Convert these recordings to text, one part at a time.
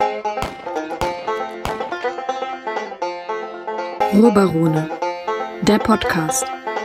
Ruhrbarone, der Podcast.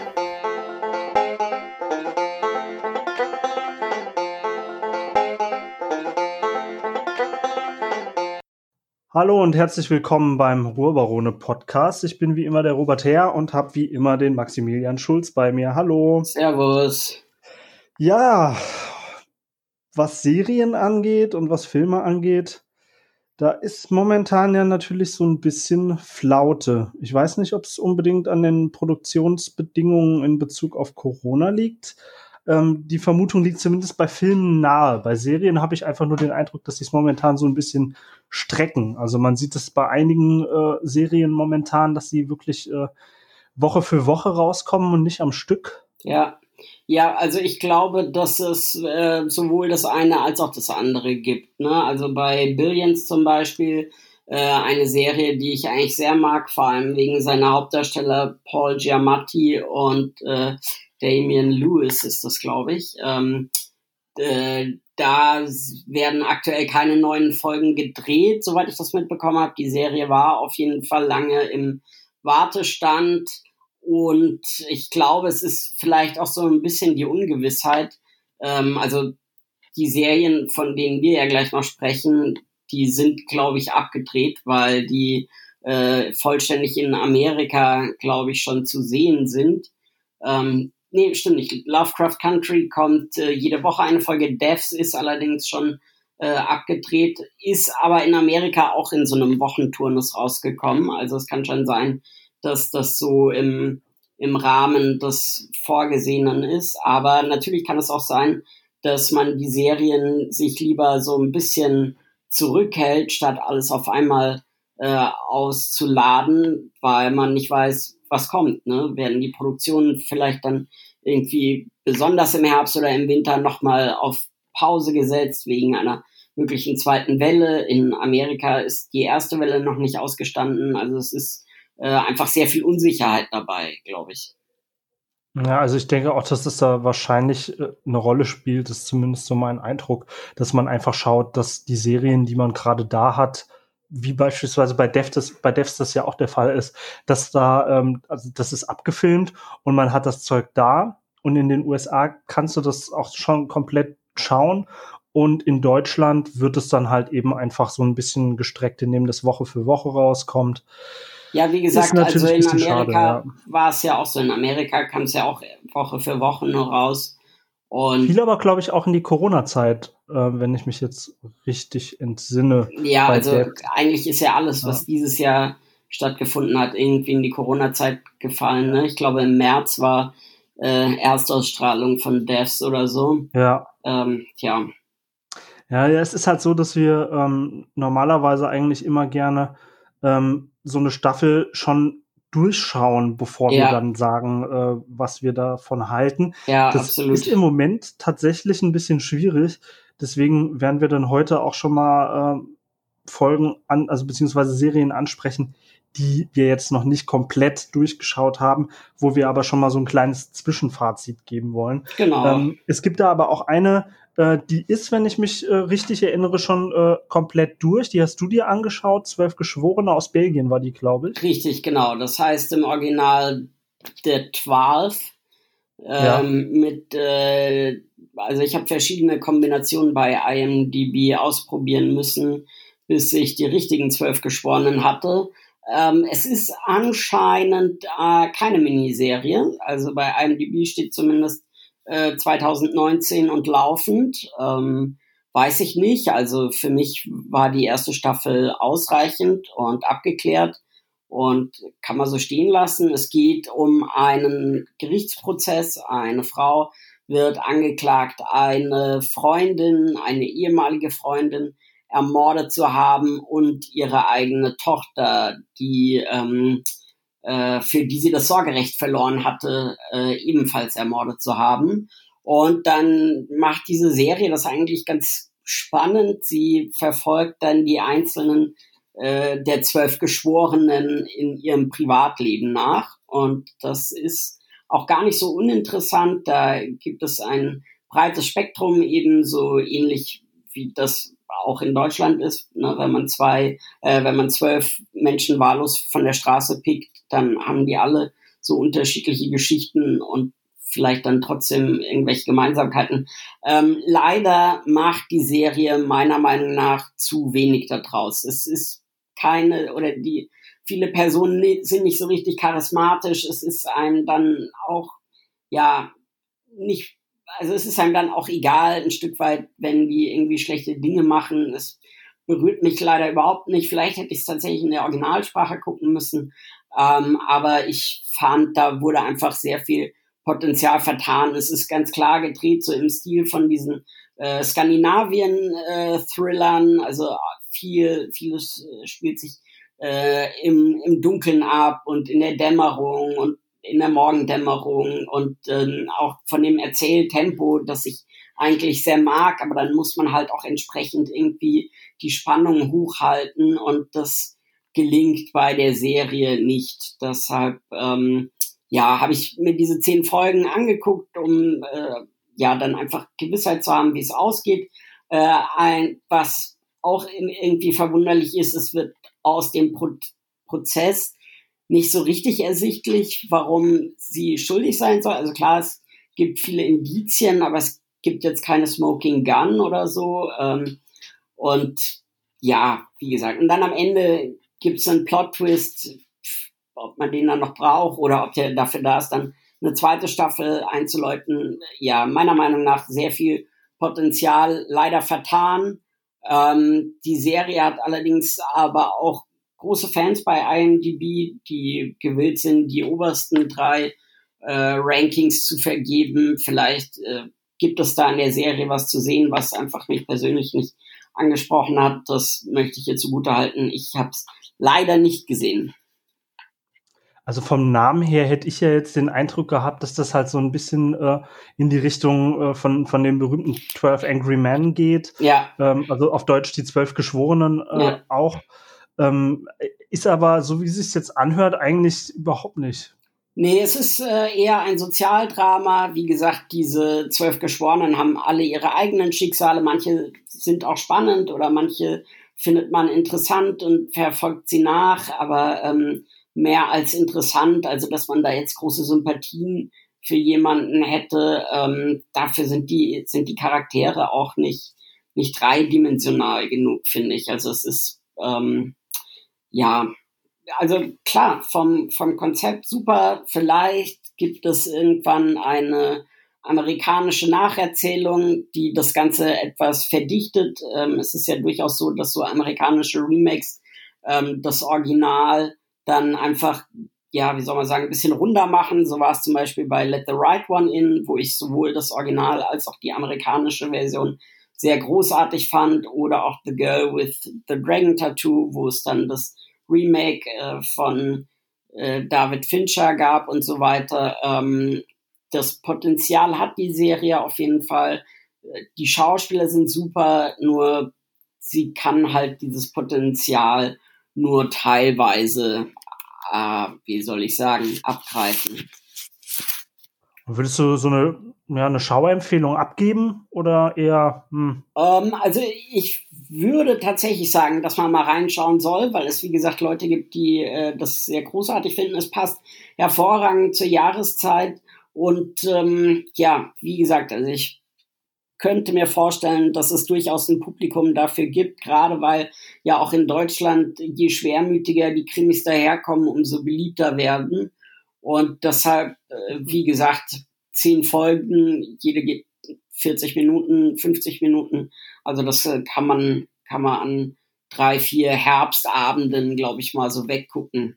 Hallo und herzlich willkommen beim Ruhrbarone Podcast. Ich bin wie immer der Robert Herr und habe wie immer den Maximilian Schulz bei mir. Hallo. Servus. Ja, was Serien angeht und was Filme angeht, da ist momentan ja natürlich so ein bisschen Flaute. Ich weiß nicht, ob es unbedingt an den Produktionsbedingungen in Bezug auf Corona liegt. Die Vermutung liegt zumindest bei Filmen nahe. Bei Serien habe ich einfach nur den Eindruck, dass sie es momentan so ein bisschen strecken. Also man sieht es bei einigen Serien momentan, dass sie wirklich Woche für Woche rauskommen und nicht am Stück. Ja, also ich glaube, dass es sowohl das eine als auch das andere gibt. Ne? Also bei Billions zum Beispiel, eine Serie, die ich eigentlich sehr mag, vor allem wegen seiner Hauptdarsteller Paul Giamatti und Damian Lewis ist das, glaube ich. Da werden aktuell keine neuen Folgen gedreht, soweit ich das mitbekommen habe. Die Serie war auf jeden Fall lange im Wartestand. Und ich glaube, es ist vielleicht auch so ein bisschen die Ungewissheit. Also die Serien, von denen wir ja gleich noch sprechen, die sind, glaube ich, abgedreht, weil die vollständig in Amerika, glaube ich, schon zu sehen sind. Nee, stimmt nicht. Lovecraft Country kommt jede Woche eine Folge. Devs ist allerdings schon abgedreht, ist aber in Amerika auch in so einem Wochenturnus rausgekommen. Also es kann schon sein, dass das so im Rahmen des Vorgesehenen ist. Aber natürlich kann es auch sein, dass man die Serien sich lieber so ein bisschen zurückhält, statt alles auf einmal auszuladen, weil man nicht weiß, was kommt. Ne? Werden die Produktionen vielleicht dann irgendwie besonders im Herbst oder im Winter nochmal auf Pause gesetzt wegen einer möglichen zweiten Welle. In Amerika ist die erste Welle noch nicht ausgestanden. Also es ist einfach sehr viel Unsicherheit dabei, glaube ich. Ja, also ich denke auch, dass das da wahrscheinlich eine Rolle spielt, ist zumindest so mein Eindruck, dass man einfach schaut, dass die Serien, die man gerade da hat, wie beispielsweise bei Devs das ja auch der Fall ist, dass da, also das ist abgefilmt und man hat das Zeug da und in den USA kannst du das auch schon komplett schauen und in Deutschland wird es dann halt eben einfach so ein bisschen gestreckt, indem das Woche für Woche rauskommt. Ja, wie gesagt, also in Amerika schade, war es ja auch so. In Amerika kam es ja auch Woche für Woche nur raus. Und viel aber, glaube ich, auch in die Corona-Zeit, wenn ich mich jetzt richtig entsinne. ja, also eigentlich ist ja alles, was dieses Jahr stattgefunden hat, irgendwie in die Corona-Zeit gefallen. Ne? Ich glaube, im März war Erstausstrahlung von Devs oder so. Ja. Tja. Ja, es ist halt so, dass wir normalerweise eigentlich immer gerne so eine Staffel schon durchschauen, bevor wir dann sagen, was wir davon halten. Ja, das absolut. Ist im Moment tatsächlich ein bisschen schwierig. Deswegen werden wir dann heute auch schon mal Folgen also beziehungsweise Serien ansprechen, die wir jetzt noch nicht komplett durchgeschaut haben, wo wir aber schon mal so ein kleines Zwischenfazit geben wollen. Genau. Es gibt da aber auch eine, die ist, wenn ich mich richtig erinnere, schon komplett durch. Die hast du dir angeschaut. 12 Geschworene aus Belgien war die, glaube ich. Richtig, genau. Das heißt im Original The 12. Also ich habe verschiedene Kombinationen bei IMDb ausprobieren müssen, bis ich die richtigen 12 Geschworenen hatte. Es ist anscheinend keine Miniserie. Also bei IMDb steht zumindest 2019 und laufend. Weiß ich nicht. Also für mich war die erste Staffel ausreichend und abgeklärt und kann man so stehen lassen. Es geht um einen Gerichtsprozess. Eine Frau wird angeklagt, eine Freundin, eine ehemalige Freundin ermordet zu haben und ihre eigene Tochter, die für die sie das Sorgerecht verloren hatte, ebenfalls ermordet zu haben. Und dann macht diese Serie das eigentlich ganz spannend. Sie verfolgt dann die einzelnen der 12 Geschworenen in ihrem Privatleben nach. Und das ist auch gar nicht so uninteressant. Da gibt es ein breites Spektrum, ebenso ähnlich wie das auch in Deutschland ist, ne, wenn man 12 Menschen wahllos von der Straße pickt, dann haben die alle so unterschiedliche Geschichten und vielleicht dann trotzdem irgendwelche Gemeinsamkeiten. Leider macht die Serie meiner Meinung nach zu wenig daraus. Es ist viele Personen sind nicht so richtig charismatisch. Es ist einem dann auch, nicht, also es ist einem dann auch egal, ein Stück weit, wenn die irgendwie schlechte Dinge machen. Es berührt mich leider überhaupt nicht. Vielleicht hätte ich es tatsächlich in der Originalsprache gucken müssen. Aber ich fand, da wurde einfach sehr viel Potenzial vertan. Es ist ganz klar gedreht, so im Stil von diesen Skandinavien-Thrillern. Also vieles spielt sich im Dunkeln ab und in der Dämmerung und in der Morgendämmerung und auch von dem Erzähltempo, das ich eigentlich sehr mag, aber dann muss man halt auch entsprechend irgendwie die Spannung hochhalten und das gelingt bei der Serie nicht. Deshalb habe ich mir diese 10 Folgen angeguckt, um dann einfach Gewissheit zu haben, wie es ausgeht. Was auch irgendwie verwunderlich ist, es wird aus dem Prozess nicht so richtig ersichtlich, warum sie schuldig sein soll. Also klar, es gibt viele Indizien, aber es gibt jetzt keine Smoking Gun oder so. Und ja, wie gesagt, und dann am Ende gibt es einen Plot-Twist, ob man den dann noch braucht oder ob der dafür da ist, dann eine zweite Staffel einzuläuten. Ja, meiner Meinung nach sehr viel Potenzial leider vertan. Die Serie hat allerdings aber auch große Fans bei IMDb, die gewillt sind, die obersten 3 Rankings zu vergeben. Vielleicht gibt es da in der Serie was zu sehen, was einfach mich persönlich nicht angesprochen hat. Das möchte ich hier zugutehalten. Ich habe es leider nicht gesehen. Also vom Namen her hätte ich ja jetzt den Eindruck gehabt, dass das halt so ein bisschen in die Richtung von dem berühmten 12 Angry Men geht. Ja. Also auf Deutsch die 12 Geschworenen auch. Ist aber, so wie es sich jetzt anhört, eigentlich überhaupt nicht. Nee, es ist eher ein Sozialdrama. Wie gesagt, diese 12 Geschworenen haben alle ihre eigenen Schicksale. Manche sind auch spannend oder manche findet man interessant und verfolgt sie nach, aber mehr als interessant, also dass man da jetzt große Sympathien für jemanden hätte, dafür sind die Charaktere auch nicht dreidimensional genug, finde ich. Also es ist also klar, vom Konzept super. Vielleicht gibt es irgendwann eine amerikanische Nacherzählung, die das Ganze etwas verdichtet. Es ist ja durchaus so, dass so amerikanische Remakes das Original dann einfach, wie soll man sagen, ein bisschen runder machen. So war es zum Beispiel bei Let the Right One In, wo ich sowohl das Original als auch die amerikanische Version sehr großartig fand. Oder auch The Girl with the Dragon Tattoo, wo es dann das Remake von David Fincher gab und so weiter. Das Potenzial hat die Serie auf jeden Fall. Die Schauspieler sind super, nur sie kann halt dieses Potenzial nur teilweise, abgreifen. Würdest du so eine Schauempfehlung abgeben oder eher? Also ich würde tatsächlich sagen, dass man mal reinschauen soll, weil es, wie gesagt, Leute gibt, die das sehr großartig finden. Es passt hervorragend zur Jahreszeit und wie gesagt, also ich könnte mir vorstellen, dass es durchaus ein Publikum dafür gibt, gerade weil ja auch in Deutschland, je schwermütiger die Krimis daherkommen, umso beliebter werden. Und deshalb, wie gesagt, 10 Folgen, jede geht 40 Minuten, 50 Minuten. Also das kann man an 3, 4 Herbstabenden, glaube ich, mal so weggucken.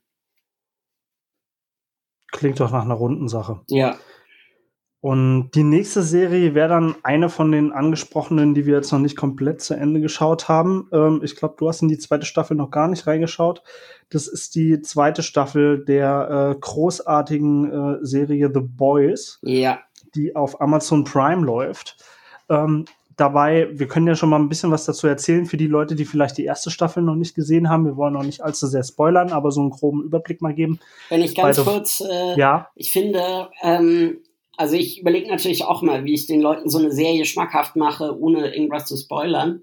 Klingt doch nach einer runden Sache. Ja. Und die nächste Serie wäre dann eine von den angesprochenen, die wir jetzt noch nicht komplett zu Ende geschaut haben. Ich glaube, du hast in die 2. Staffel noch gar nicht reingeschaut. Das ist die 2. Staffel der großartigen Serie The Boys, die auf Amazon Prime läuft. Dabei, wir können ja schon mal ein bisschen was dazu erzählen für die Leute, die vielleicht die 1. Staffel noch nicht gesehen haben. Wir wollen noch nicht allzu sehr spoilern, aber so einen groben Überblick mal geben. Wenn ich ganz kurz, ich finde, also ich überlege natürlich auch mal, wie ich den Leuten so eine Serie schmackhaft mache, ohne irgendwas zu spoilern.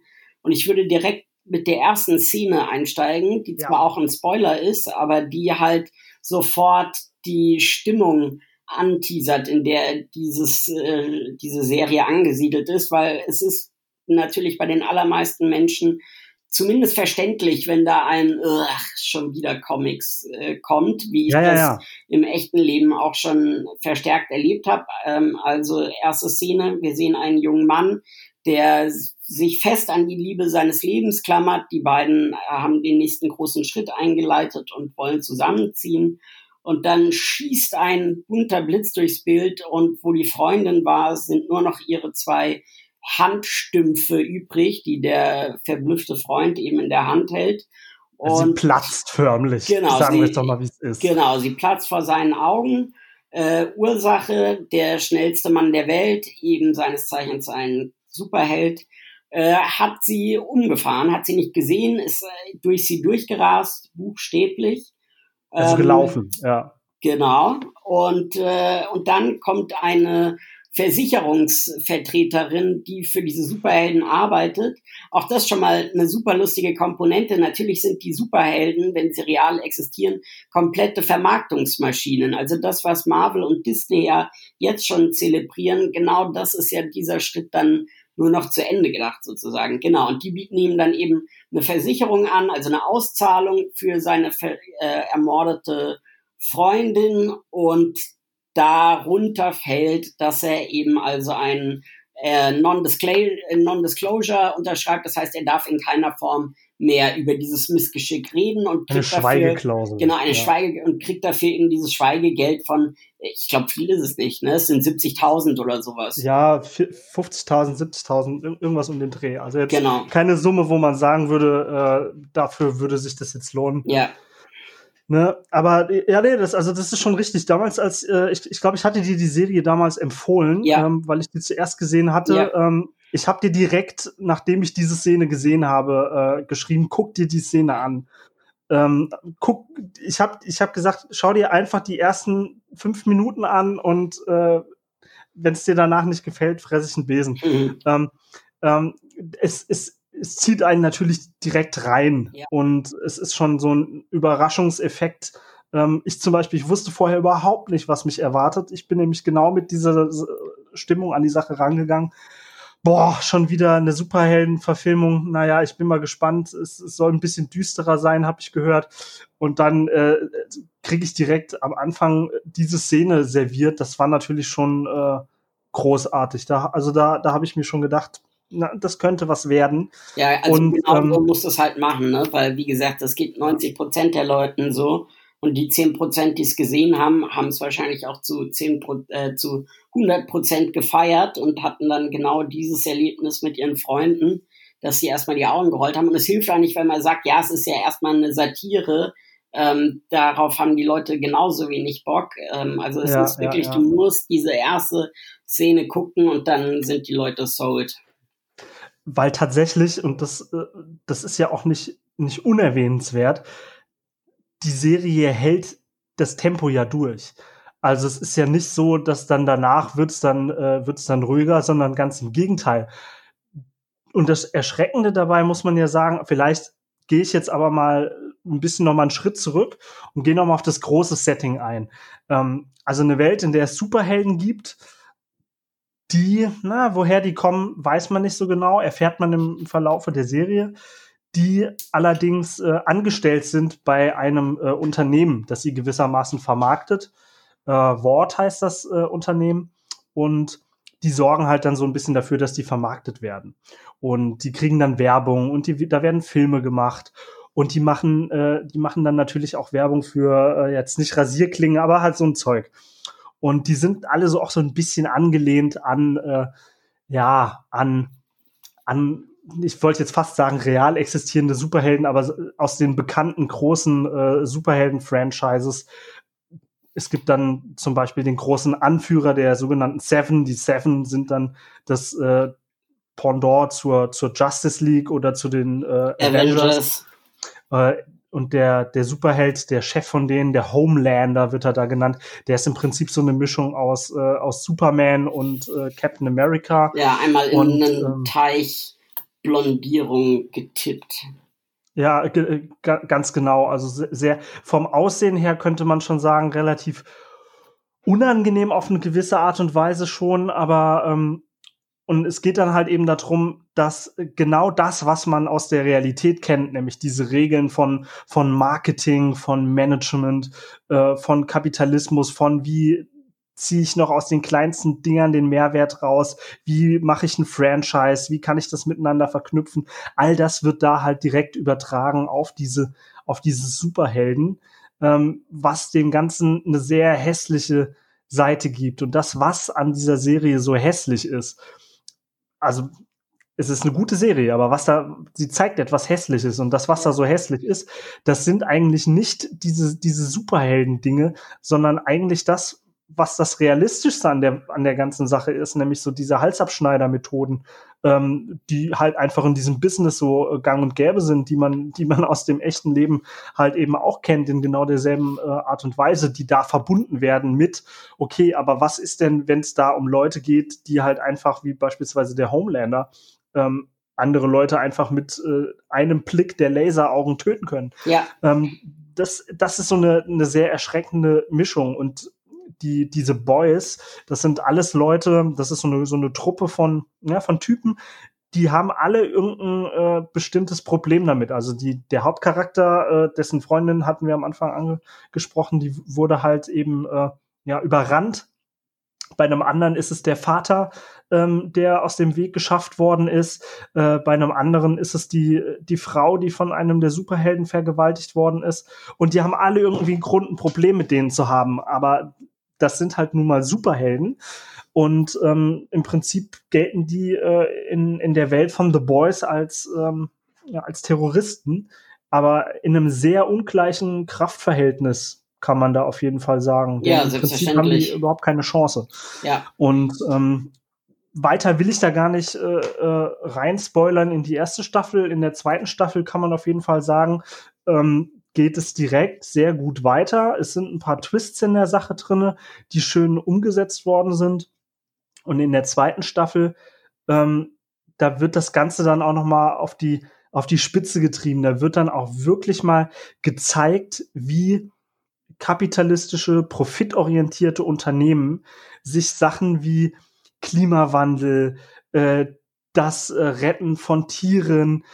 Und ich würde direkt mit der ersten Szene einsteigen, die zwar auch ein Spoiler ist, aber die halt sofort die Stimmung anteasert, in der diese Serie angesiedelt ist, weil es ist natürlich bei den allermeisten Menschen zumindest verständlich, wenn da ein schon wieder Comics kommt, wie ich im echten Leben auch schon verstärkt erlebt habe. Also erste Szene, wir sehen einen jungen Mann, der sich fest an die Liebe seines Lebens klammert. Die beiden haben den nächsten großen Schritt eingeleitet und wollen zusammenziehen. Und dann schießt ein bunter Blitz durchs Bild und wo die Freundin war, sind nur noch ihre 2 Handstümpfe übrig, die der verblüffte Freund eben in der Hand hält. Und sie platzt förmlich. Genau, sagen wir es doch mal, wie es ist. Genau, sie platzt vor seinen Augen. Ursache, der schnellste Mann der Welt, eben seines Zeichens ein Superheld, hat sie umgefahren, hat sie nicht gesehen, ist durch sie durchgerast, buchstäblich. Also gelaufen, ja. Genau. Und dann kommt eine Versicherungsvertreterin, die für diese Superhelden arbeitet. Auch das schon mal eine super lustige Komponente. Natürlich sind die Superhelden, wenn sie real existieren, komplette Vermarktungsmaschinen. Also das, was Marvel und Disney ja jetzt schon zelebrieren, genau das ist ja dieser Schritt dann nur noch zu Ende gedacht sozusagen. Genau, und die bieten ihm dann eben eine Versicherung an, also eine Auszahlung für seine ermordete Freundin und darunter fällt, dass er eben also ein Non-Disclosure unterschreibt. Das heißt, er darf in keiner Form mehr über dieses Missgeschick reden und kriegt eine Schweigeklausel. Genau, und kriegt dafür eben dieses Schweigegeld von, ich glaube, viel ist es nicht, ne? Es sind 70.000 oder sowas. Ja, 50.000, 70.000, irgendwas um den Dreh. Also jetzt keine Summe, wo man sagen würde, dafür würde sich das jetzt lohnen. Ja. Ne, aber das ist schon richtig. Damals, als ich glaube, ich hatte dir die Serie damals empfohlen, weil ich die zuerst gesehen hatte. Ja. Ich habe dir direkt, nachdem ich diese Szene gesehen habe, geschrieben: Guck dir die Szene an. Ich hab gesagt, schau dir einfach die ersten 5 Minuten an und wenn es dir danach nicht gefällt, fress ich einen Besen. Es zieht einen natürlich direkt rein und es ist schon so ein Überraschungseffekt. Ich zum Beispiel, ich wusste vorher überhaupt nicht, was mich erwartet. Ich bin nämlich genau mit dieser Stimmung an die Sache rangegangen. Schon wieder eine Superheldenverfilmung. Naja, ich bin mal gespannt. Es soll ein bisschen düsterer sein, habe ich gehört. Und dann kriege ich direkt am Anfang diese Szene serviert. Das war natürlich schon großartig. Da habe ich mir schon gedacht, das könnte was werden. Ja, also so musst du es halt machen, ne? Weil, wie gesagt, es gibt 90% der Leuten so und die 10%, die es gesehen haben, haben es wahrscheinlich auch zu 100% gefeiert und hatten dann genau dieses Erlebnis mit ihren Freunden, dass sie erstmal die Augen gerollt haben. Und es hilft eigentlich, wenn man sagt, ja, es ist ja erstmal eine Satire, darauf haben die Leute genauso wenig Bock. Also es ist wirklich, du musst diese erste Szene gucken und dann sind die Leute sold. Weil tatsächlich, und das ist ja auch nicht unerwähnenswert, die Serie hält das Tempo ja durch. Also es ist ja nicht so, dass dann danach wird's dann ruhiger, sondern ganz im Gegenteil. Und das Erschreckende dabei muss man ja sagen, vielleicht gehe ich jetzt aber mal ein bisschen noch mal einen Schritt zurück und gehe noch mal auf das große Setting ein. Also eine Welt, in der es Superhelden gibt, die, woher die kommen, weiß man nicht so genau, erfährt man im Verlaufe der Serie, die allerdings angestellt sind bei einem Unternehmen, das sie gewissermaßen vermarktet. Ward heißt das Unternehmen und die sorgen halt dann so ein bisschen dafür, dass die vermarktet werden. Und die kriegen dann Werbung und da werden Filme gemacht und die machen dann natürlich auch Werbung für jetzt nicht Rasierklingen, aber halt so ein Zeug. Und die sind alle so auch so ein bisschen angelehnt an, ich wollte jetzt fast sagen, real existierende Superhelden, aber aus den bekannten großen Superhelden-Franchises. Es gibt dann zum Beispiel den großen Anführer der sogenannten Seven. Die Seven sind dann das Pendant zur Justice League oder zu den Avengers. Und der Superheld, der Chef von denen, der Homelander wird er da genannt, der ist im Prinzip so eine Mischung aus Superman und Captain America. Ja, einmal in einen Teich Blondierung getippt. Ja, ganz genau. Also sehr vom Aussehen her könnte man schon sagen, relativ unangenehm auf eine gewisse Art und Weise schon, aber und es geht dann halt eben darum, dass genau das, was man aus der Realität kennt, nämlich diese Regeln von Marketing, von Management, von Kapitalismus, von wie ziehe ich noch aus den kleinsten Dingern den Mehrwert raus, wie mache ich ein Franchise, wie kann ich das miteinander verknüpfen, all das wird da halt direkt übertragen auf diese Superhelden, was dem Ganzen eine sehr hässliche Seite gibt. Und das, was an dieser Serie so hässlich ist, also es ist eine gute Serie, aber sie zeigt etwas Hässliches, und das, was da so hässlich ist, das sind eigentlich nicht diese Superhelden-Dinge, sondern eigentlich das, was das Realistischste an der ganzen Sache ist, nämlich so diese Halsabschneider-Methoden, die halt einfach in diesem Business so gang und gäbe sind, die man aus dem echten Leben halt eben auch kennt, in genau derselben Art und Weise, die da verbunden werden mit, okay, aber was ist denn, wenn es da um Leute geht, die halt einfach, wie beispielsweise der Homelander, andere Leute einfach mit einem Blick der Laseraugen töten können. Ja. Das ist so eine sehr erschreckende Mischung, und diese Boys, das sind alles Leute, das ist so eine Truppe von Typen, die haben alle irgendein bestimmtes Problem damit. Also der Hauptcharakter, dessen Freundin hatten wir am Anfang angesprochen, die wurde halt eben überrannt. Bei einem anderen ist es der Vater, der aus dem Weg geschafft worden ist. Bei einem anderen ist es die Frau, die von einem der Superhelden vergewaltigt worden ist. Und die haben alle irgendwie einen Grund, ein Problem mit denen zu haben. Aber das sind halt nun mal Superhelden. Und im Prinzip gelten die in der Welt von The Boys als Terroristen, aber in einem sehr ungleichen Kraftverhältnis, kann man da auf jeden Fall sagen. Ja, im Prinzip haben die überhaupt keine Chance. Ja. Und weiter will ich da gar nicht rein spoilern in die erste Staffel. In der zweiten Staffel kann man auf jeden Fall sagen, geht es direkt sehr gut weiter. Es sind ein paar Twists in der Sache drinne, die schön umgesetzt worden sind. Und in der zweiten Staffel, da wird das Ganze dann auch noch mal auf die Spitze getrieben. Da wird dann auch wirklich mal gezeigt, wie kapitalistische, profitorientierte Unternehmen sich Sachen wie Klimawandel, das Retten von Tieren,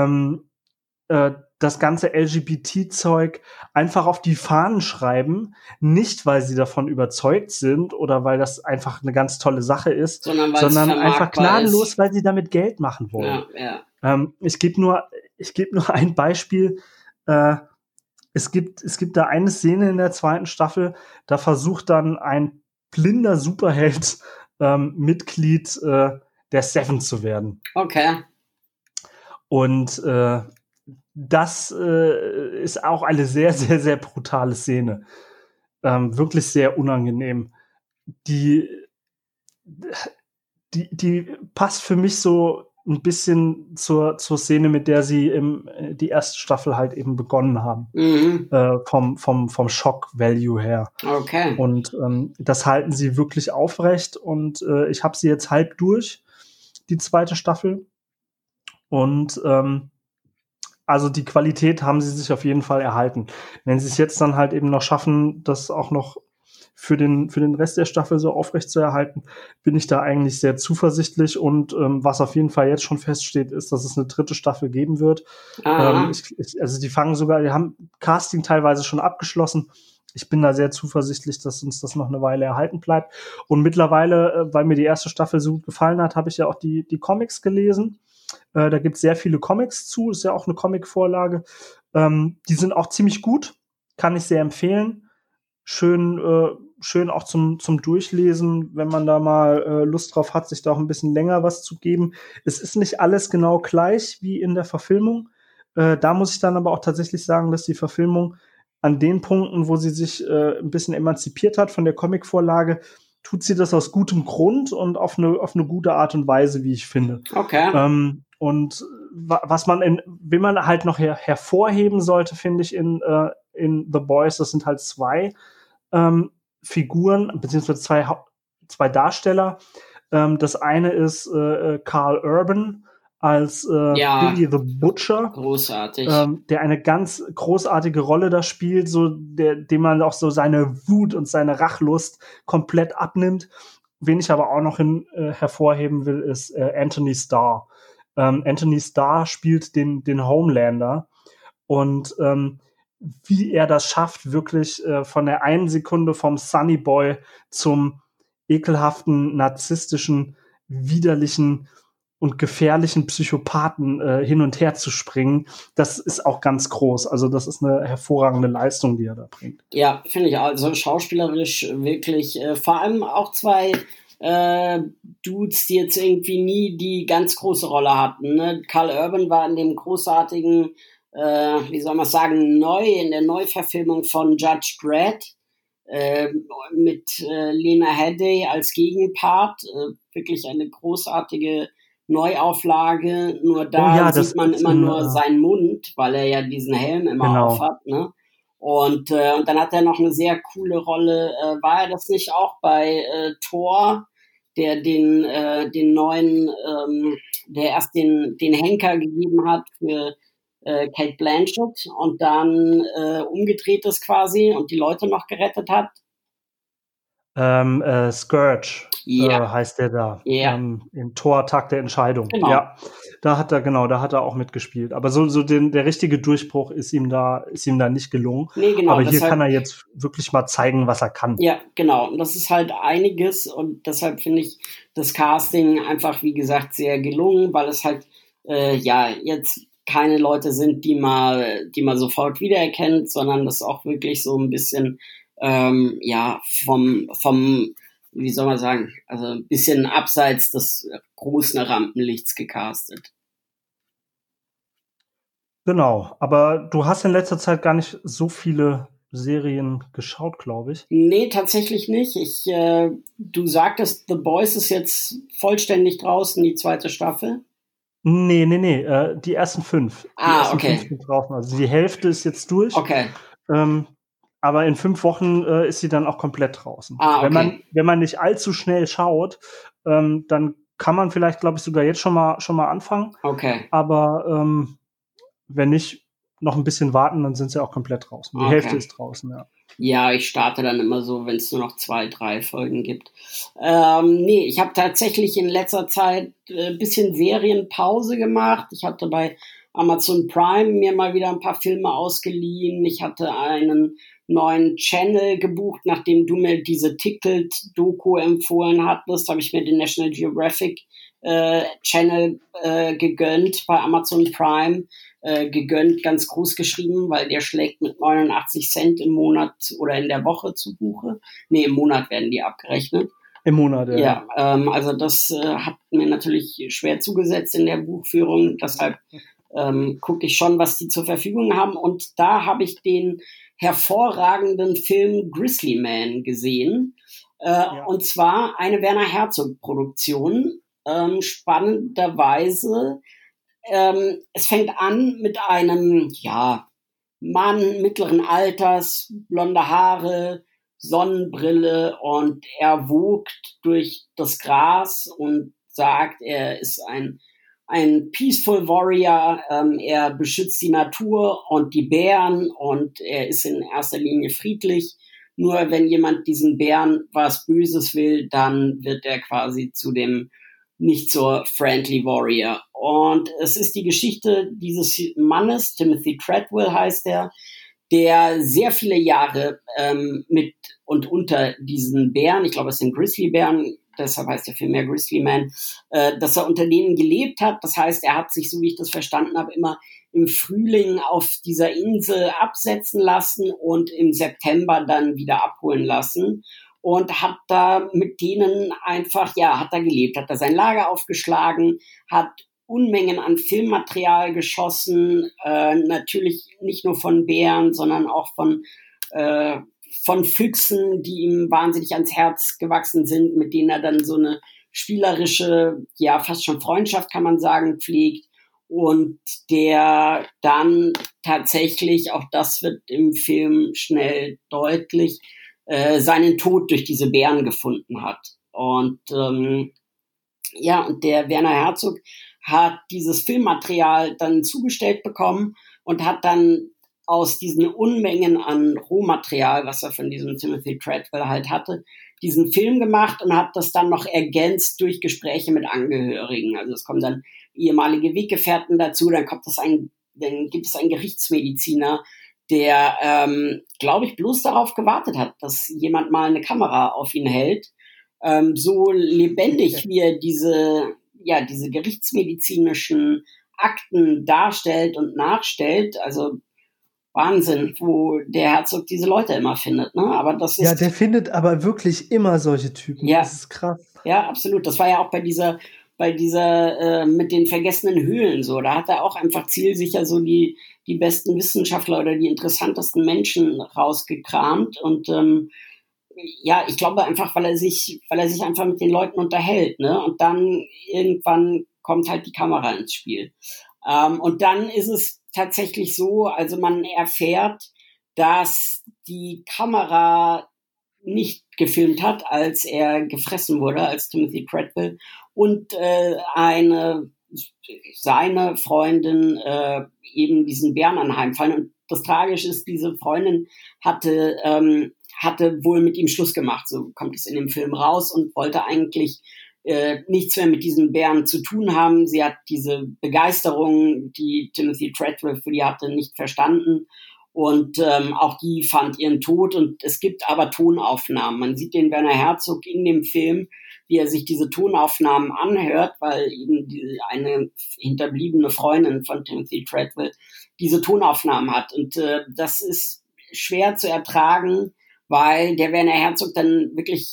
das ganze LGBT-Zeug einfach auf die Fahnen schreiben, nicht weil sie davon überzeugt sind oder weil das einfach eine ganz tolle Sache ist, sondern einfach gnadenlos, weil sie damit Geld machen wollen. Ja. Ich gebe nur ein Beispiel. Es gibt da eine Szene in der zweiten Staffel, da versucht dann ein blinder Superheld Mitglied der Seven zu werden. Okay. Und das ist auch eine sehr, sehr, sehr brutale Szene. Wirklich sehr unangenehm. Die passt für mich so ein bisschen zur Szene, mit der sie die erste Staffel halt eben begonnen haben. Mhm. Vom Shock-Value her. Okay. Und das halten sie wirklich aufrecht. Und ich habe sie jetzt halb durch, die zweite Staffel. Und also die Qualität haben sie sich auf jeden Fall erhalten. Wenn sie es jetzt dann halt eben noch schaffen, das auch noch für den Rest der Staffel so aufrecht zu erhalten, bin ich da eigentlich sehr zuversichtlich. Und was auf jeden Fall jetzt schon feststeht, ist, dass es eine dritte Staffel geben wird. Also die haben Casting teilweise schon abgeschlossen. Ich bin da sehr zuversichtlich, dass uns das noch eine Weile erhalten bleibt. Und mittlerweile, weil mir die erste Staffel so gut gefallen hat, habe ich ja auch die Comics gelesen. Da gibt es sehr viele Comics zu, ist ja auch eine Comic-Vorlage. Die sind auch ziemlich gut, kann ich sehr empfehlen. Schön auch zum Durchlesen, wenn man da mal Lust drauf hat, sich da auch ein bisschen länger was zu geben. Es ist nicht alles genau gleich wie in der Verfilmung. Da muss ich dann aber auch tatsächlich sagen, dass die Verfilmung an den Punkten, wo sie sich ein bisschen emanzipiert hat von der Comic-Vorlage, tut sie das aus gutem Grund und auf eine gute Art und Weise, wie ich finde. Okay. Und was wen man halt noch hervorheben sollte, finde ich, in The Boys, das sind halt zwei Figuren, beziehungsweise zwei Darsteller. Das eine ist Karl Urban als Billy the Butcher. Großartig. Der eine ganz großartige Rolle da spielt, so dem man auch so seine Wut und seine Rachlust komplett abnimmt. Wen ich aber auch noch hervorheben will, ist Anthony Starr. Anthony Starr spielt den Homelander und wie er das schafft, wirklich von der einen Sekunde vom Sunny Boy zum ekelhaften, narzisstischen, widerlichen und gefährlichen Psychopathen hin und her zu springen, das ist auch ganz groß. Also das ist eine hervorragende Leistung, die er da bringt. Ja, finde ich also schauspielerisch wirklich, vor allem auch zwei Dudes, die jetzt irgendwie nie die ganz große Rolle hatten. Ne? Karl Urban war in dem großartigen, wie soll man sagen, in der Neuverfilmung von Judge Dredd mit Lena Headey als Gegenpart. Wirklich eine großartige Neuauflage, nur da sieht man immer nur seinen Mund, weil er ja diesen Helm immer auf hat, ne? Und dann hat er noch eine sehr coole Rolle. War er das nicht auch bei Thor, der den neuen, der erst den Henker gegeben hat für Cate Blanchett und dann umgedreht ist quasi und die Leute noch gerettet hat? Scourge heißt der da. Im Tor Tag der Entscheidung. Genau. Ja, da hat er auch mitgespielt. Aber der richtige Durchbruch ist ihm da nicht gelungen. Nee, genau. Aber hier kann er jetzt wirklich mal zeigen, was er kann. Ja, genau. Und das ist halt einiges und deshalb finde ich das Casting einfach, wie gesagt, sehr gelungen, weil es halt jetzt keine Leute sind, die man sofort wiedererkennt, sondern das auch wirklich so ein bisschen vom, wie soll man sagen, also ein bisschen abseits des großen Rampenlichts gecastet. Genau, aber du hast in letzter Zeit gar nicht so viele Serien geschaut, glaube ich. Nee, tatsächlich nicht. Du sagtest, The Boys ist jetzt vollständig draußen, die 2. Staffel. Nee, die ersten 5. Okay. 5 sind draußen. Also die Hälfte ist jetzt durch. Okay. Aber in 5 Wochen ist sie dann auch komplett draußen. Okay. Wenn man nicht allzu schnell schaut, dann kann man vielleicht, glaube ich, sogar jetzt schon mal anfangen. Okay. Aber wenn nicht, noch ein bisschen warten, dann sind sie auch komplett draußen. Die Hälfte ist draußen, ja. Ja, ich starte dann immer so, wenn es nur noch 2, 3 Folgen gibt. Nee, ich habe tatsächlich in letzter Zeit ein bisschen Serienpause gemacht. Ich hatte bei Amazon Prime mir mal wieder ein paar Filme ausgeliehen. Ich hatte einen neuen Channel gebucht, nachdem du mir diese Tickled-Doku empfohlen hattest, habe ich mir den National Geographic Channel gegönnt bei Amazon Prime. Gegönnt, ganz groß geschrieben, weil der schlägt mit 89 Cent im Monat oder in der Woche zu Buche. Nee, im Monat werden die abgerechnet. Im Monat, ja. Ja, also das hat mir natürlich schwer zugesetzt in der Buchführung. Deshalb gucke ich schon, was die zur Verfügung haben. Und da habe ich den hervorragenden Film Grizzly Man gesehen. Und zwar eine Werner Herzog-Produktion. Spannenderweise es fängt an mit einem, Mann mittleren Alters, blonde Haare, Sonnenbrille und er wogt durch das Gras und sagt, er ist ein Peaceful Warrior, er beschützt die Natur und die Bären und er ist in erster Linie friedlich. Nur wenn jemand diesen Bären was Böses will, dann wird er quasi zu dem nicht so friendly Warrior. Und es ist die Geschichte dieses Mannes, Timothy Treadwell heißt er, der sehr viele Jahre mit und unter diesen Bären, ich glaube es sind Grizzlybären, deshalb heißt der Film mehr Grizzly Man, dass er unter denen gelebt hat. Das heißt, er hat sich, so wie ich das verstanden habe, immer im Frühling auf dieser Insel absetzen lassen und im September dann wieder abholen lassen. Und hat da mit denen einfach, hat da gelebt, hat da sein Lager aufgeschlagen, hat Unmengen an Filmmaterial geschossen, natürlich nicht nur von Bären, sondern auch von Füchsen, die ihm wahnsinnig ans Herz gewachsen sind, mit denen er dann so eine spielerische, fast schon Freundschaft, kann man sagen, pflegt. Und der dann tatsächlich, auch das wird im Film schnell deutlich, seinen Tod durch diese Bären gefunden hat. Und und der Werner Herzog hat dieses Filmmaterial dann zugestellt bekommen und hat dann aus diesen Unmengen an Rohmaterial, was er von diesem Timothy Treadwell halt hatte, diesen Film gemacht und hat das dann noch ergänzt durch Gespräche mit Angehörigen. Also es kommen dann ehemalige Weggefährten dazu, dann gibt es einen Gerichtsmediziner, der, glaube ich, bloß darauf gewartet hat, dass jemand mal eine Kamera auf ihn hält. So lebendig wie er diese gerichtsmedizinischen Akten darstellt und nachstellt, also Wahnsinn, wo der Herzog diese Leute immer findet, ne? Aber das ist. Ja, der findet aber wirklich immer solche Typen. Ja. Das ist krass. Ja, absolut. Das war ja auch bei dieser mit den vergessenen Höhlen so. Da hat er auch einfach zielsicher so die besten Wissenschaftler oder die interessantesten Menschen rausgekramt. Und ja, ich glaube einfach, weil er sich einfach mit den Leuten unterhält, ne? Und dann irgendwann kommt halt die Kamera ins Spiel. Und dann ist es tatsächlich so, also man erfährt, dass die Kamera nicht gefilmt hat, als er gefressen wurde, als Timothy Treadwell, und seine Freundin eben diesen Bären anheimfallen. Und das Tragische ist, diese Freundin hatte wohl mit ihm Schluss gemacht, so kommt es in dem Film raus, und wollte eigentlich nichts mehr mit diesen Bären zu tun haben. Sie hat diese Begeisterung, die Timothy Treadwell für die hatte, nicht verstanden. Und auch die fand ihren Tod. Und es gibt aber Tonaufnahmen. Man sieht den Werner Herzog in dem Film, wie er sich diese Tonaufnahmen anhört, weil eben eine hinterbliebene Freundin von Timothy Treadwell diese Tonaufnahmen hat. Und das ist schwer zu ertragen, weil der Werner Herzog dann wirklich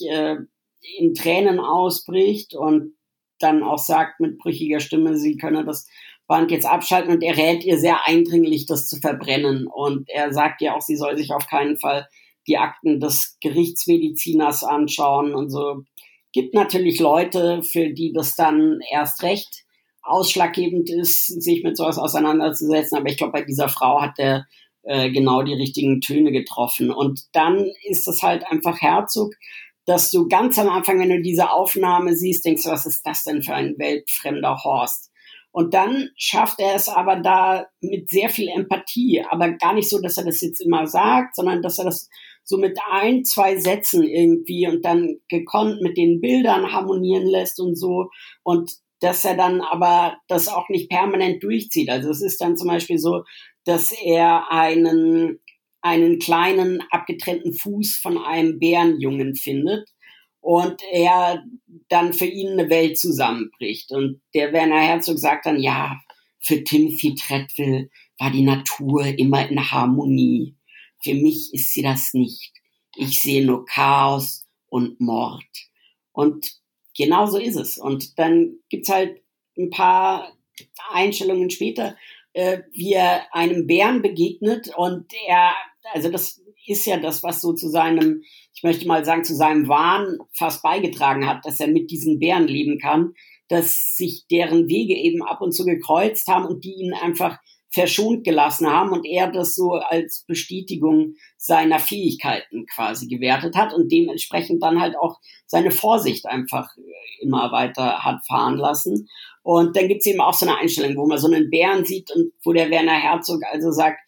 in Tränen ausbricht und dann auch sagt mit brüchiger Stimme, sie könne das Band jetzt abschalten, und er rät ihr sehr eindringlich, das zu verbrennen. Und er sagt ihr auch, sie soll sich auf keinen Fall die Akten des Gerichtsmediziners anschauen und so. Gibt natürlich Leute, für die das dann erst recht ausschlaggebend ist, sich mit sowas auseinanderzusetzen. Aber ich glaube, bei dieser Frau hat er genau die richtigen Töne getroffen. Und dann ist es halt einfach Herzog, dass du ganz am Anfang, wenn du diese Aufnahme siehst, denkst du, was ist das denn für ein weltfremder Horst? Und dann schafft er es aber da mit sehr viel Empathie, aber gar nicht so, dass er das jetzt immer sagt, sondern dass er das so mit 1, 2 Sätzen irgendwie und dann gekonnt mit den Bildern harmonieren lässt und so, und dass er dann aber das auch nicht permanent durchzieht. Also es ist dann zum Beispiel so, dass er einen kleinen abgetrennten Fuß von einem Bärenjungen findet und er dann für ihn eine Welt zusammenbricht. Und der Werner Herzog sagt dann, ja, für Timothy Treadwell war die Natur immer in Harmonie. Für mich ist sie das nicht. Ich sehe nur Chaos und Mord. Und genau so ist es. Und dann gibt's halt ein paar Einstellungen später, wie er einem Bären begegnet, und also das ist ja das, was so zu seinem, ich möchte mal sagen, zu seinem Wahn fast beigetragen hat, dass er mit diesen Bären leben kann, dass sich deren Wege eben ab und zu gekreuzt haben und die ihn einfach verschont gelassen haben und er das so als Bestätigung seiner Fähigkeiten quasi gewertet hat und dementsprechend dann halt auch seine Vorsicht einfach immer weiter hat fahren lassen. Und dann gibt's eben auch so eine Einstellung, wo man so einen Bären sieht und wo der Werner Herzog also sagt,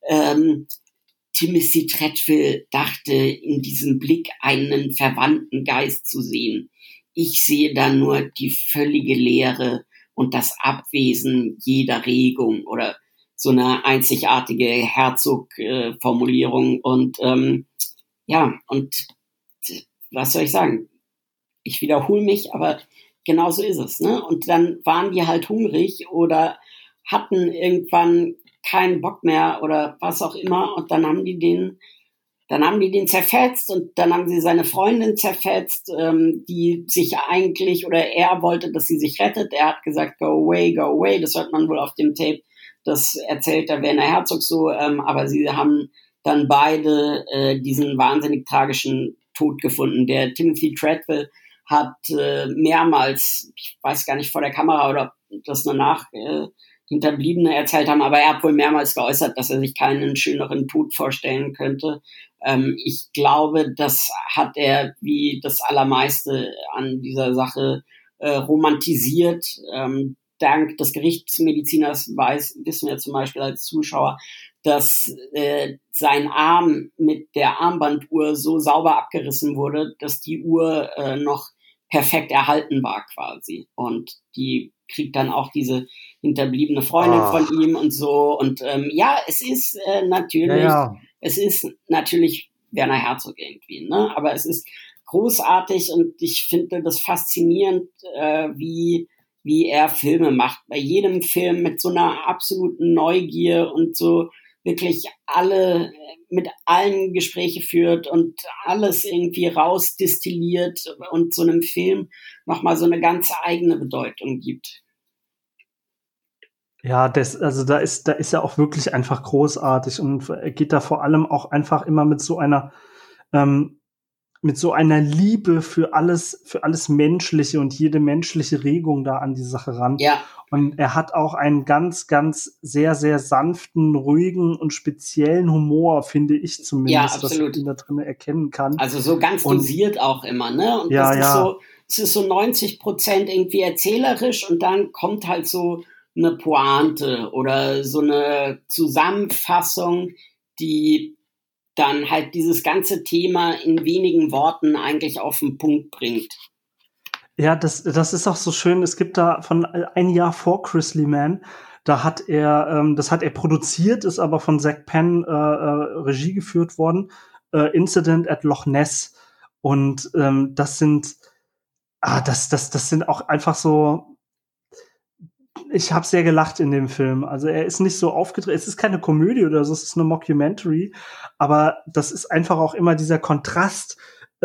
Timothy Treadwell dachte, in diesem Blick einen verwandten Geist zu sehen. Ich sehe da nur die völlige Leere und das Abwesen jeder Regung, oder so eine einzigartige Herzog-Formulierung. Und ja, und was soll ich sagen? Ich wiederhole mich, aber genau so ist es, ne? Und dann waren die halt hungrig oder hatten irgendwann keinen Bock mehr oder was auch immer, und dann haben die den zerfetzt, und dann haben sie seine Freundin zerfetzt, die sich eigentlich, oder er wollte, dass sie sich rettet. Er hat gesagt, go away, das hört man wohl auf dem Tape, das erzählt der Werner Herzog so, aber sie haben dann beide diesen wahnsinnig tragischen Tod gefunden. Der Timothy Treadwell hat mehrmals, ich weiß gar nicht vor der Kamera oder das nur Hinterbliebene erzählt haben, aber er hat wohl mehrmals geäußert, dass er sich keinen schöneren Tod vorstellen könnte. Ich glaube, das hat er wie das Allermeiste an dieser Sache romantisiert. dank des Gerichtsmediziners wissen wir zum Beispiel als Zuschauer, dass sein Arm mit der Armbanduhr so sauber abgerissen wurde, dass die Uhr noch perfekt erhalten war quasi. Und die kriegt dann auch diese hinterbliebene Freundin von ihm und so. Und es ist es ist natürlich Werner Herzog irgendwie, ne? Aber es ist großartig und ich finde das faszinierend, wie er Filme macht. Bei jedem Film mit so einer absoluten Neugier und so wirklich mit allen Gespräche führt und alles irgendwie rausdestilliert und so einem Film nochmal so eine ganz eigene Bedeutung gibt. Ja, da ist er auch wirklich einfach großartig und er geht da vor allem auch einfach immer mit so einer Liebe für alles Menschliche und jede menschliche Regung da an die Sache ran. Ja. Und er hat auch einen ganz, ganz sehr, sehr sanften, ruhigen und speziellen Humor, finde ich zumindest, dass ich ihn da drin erkennen kann. Also so ganz dosiert auch immer, ne? Und es ist so 90% irgendwie erzählerisch und dann kommt halt so eine Pointe oder so eine Zusammenfassung, die dann halt dieses ganze Thema in wenigen Worten eigentlich auf den Punkt bringt. Ja, das ist auch so schön. Es gibt da von ein Jahr vor Grizzly Man, das hat er produziert, ist aber von Zack Penn Regie geführt worden, Incident at Loch Ness. Und das sind auch einfach so. Ich habe sehr gelacht in dem Film. Also er ist nicht so aufgedreht. Es ist keine Komödie oder so, es ist eine Mockumentary. Aber das ist einfach auch immer dieser Kontrast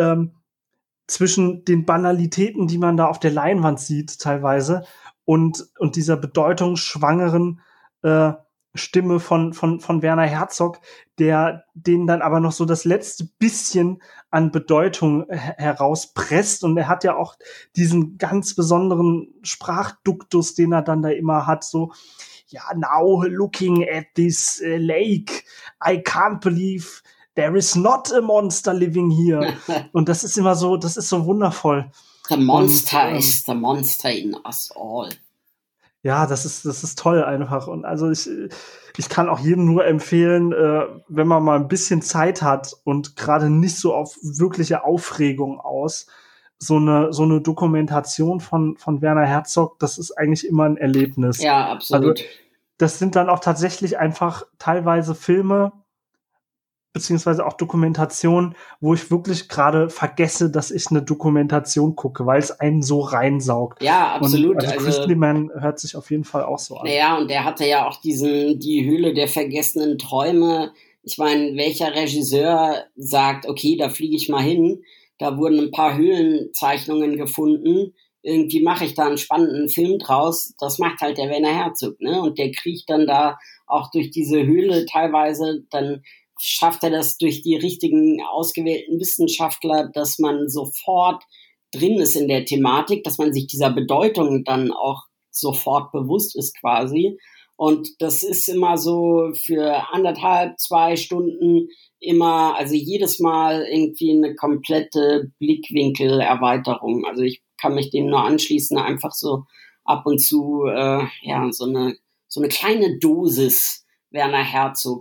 zwischen den Banalitäten, die man da auf der Leinwand sieht teilweise und dieser bedeutungsschwangeren Stimme von Werner Herzog, der denen dann aber noch so das letzte bisschen an Bedeutung herauspresst. Und er hat ja auch diesen ganz besonderen Sprachduktus, den er dann da immer hat, so, ja, now looking at this lake, I can't believe there is not a monster living here. Und das ist immer so, das ist so wundervoll. The monster is the monster in us all. Ja, das ist toll einfach. Und also ich kann auch jedem nur empfehlen, wenn man mal ein bisschen Zeit hat und gerade nicht so auf wirkliche Aufregung aus, so eine Dokumentation von Werner Herzog, das ist eigentlich immer ein Erlebnis. Ja, absolut. Also, das sind dann auch tatsächlich einfach teilweise Filme, beziehungsweise auch Dokumentationen, wo ich wirklich gerade vergesse, dass ich eine Dokumentation gucke, weil es einen so reinsaugt. Ja, absolut. Und also Grizzly Man hört sich auf jeden Fall auch so an. Ja, und der hatte ja auch die Höhle der vergessenen Träume. Ich meine, welcher Regisseur sagt, okay, da fliege ich mal hin, da wurden ein paar Höhlenzeichnungen gefunden, irgendwie mache ich da einen spannenden Film draus. Das macht halt der Werner Herzog, ne? Und der kriecht dann da auch durch diese Höhle teilweise, dann schafft er das durch die richtigen ausgewählten Wissenschaftler, dass man sofort drin ist in der Thematik, dass man sich dieser Bedeutung dann auch sofort bewusst ist quasi. Und das ist immer so für 1,5, 2 Stunden immer, also jedes Mal irgendwie eine komplette Blickwinkelerweiterung. Also ich kann mich dem nur anschließen, einfach so ab und zu, so eine kleine Dosis Werner Herzog.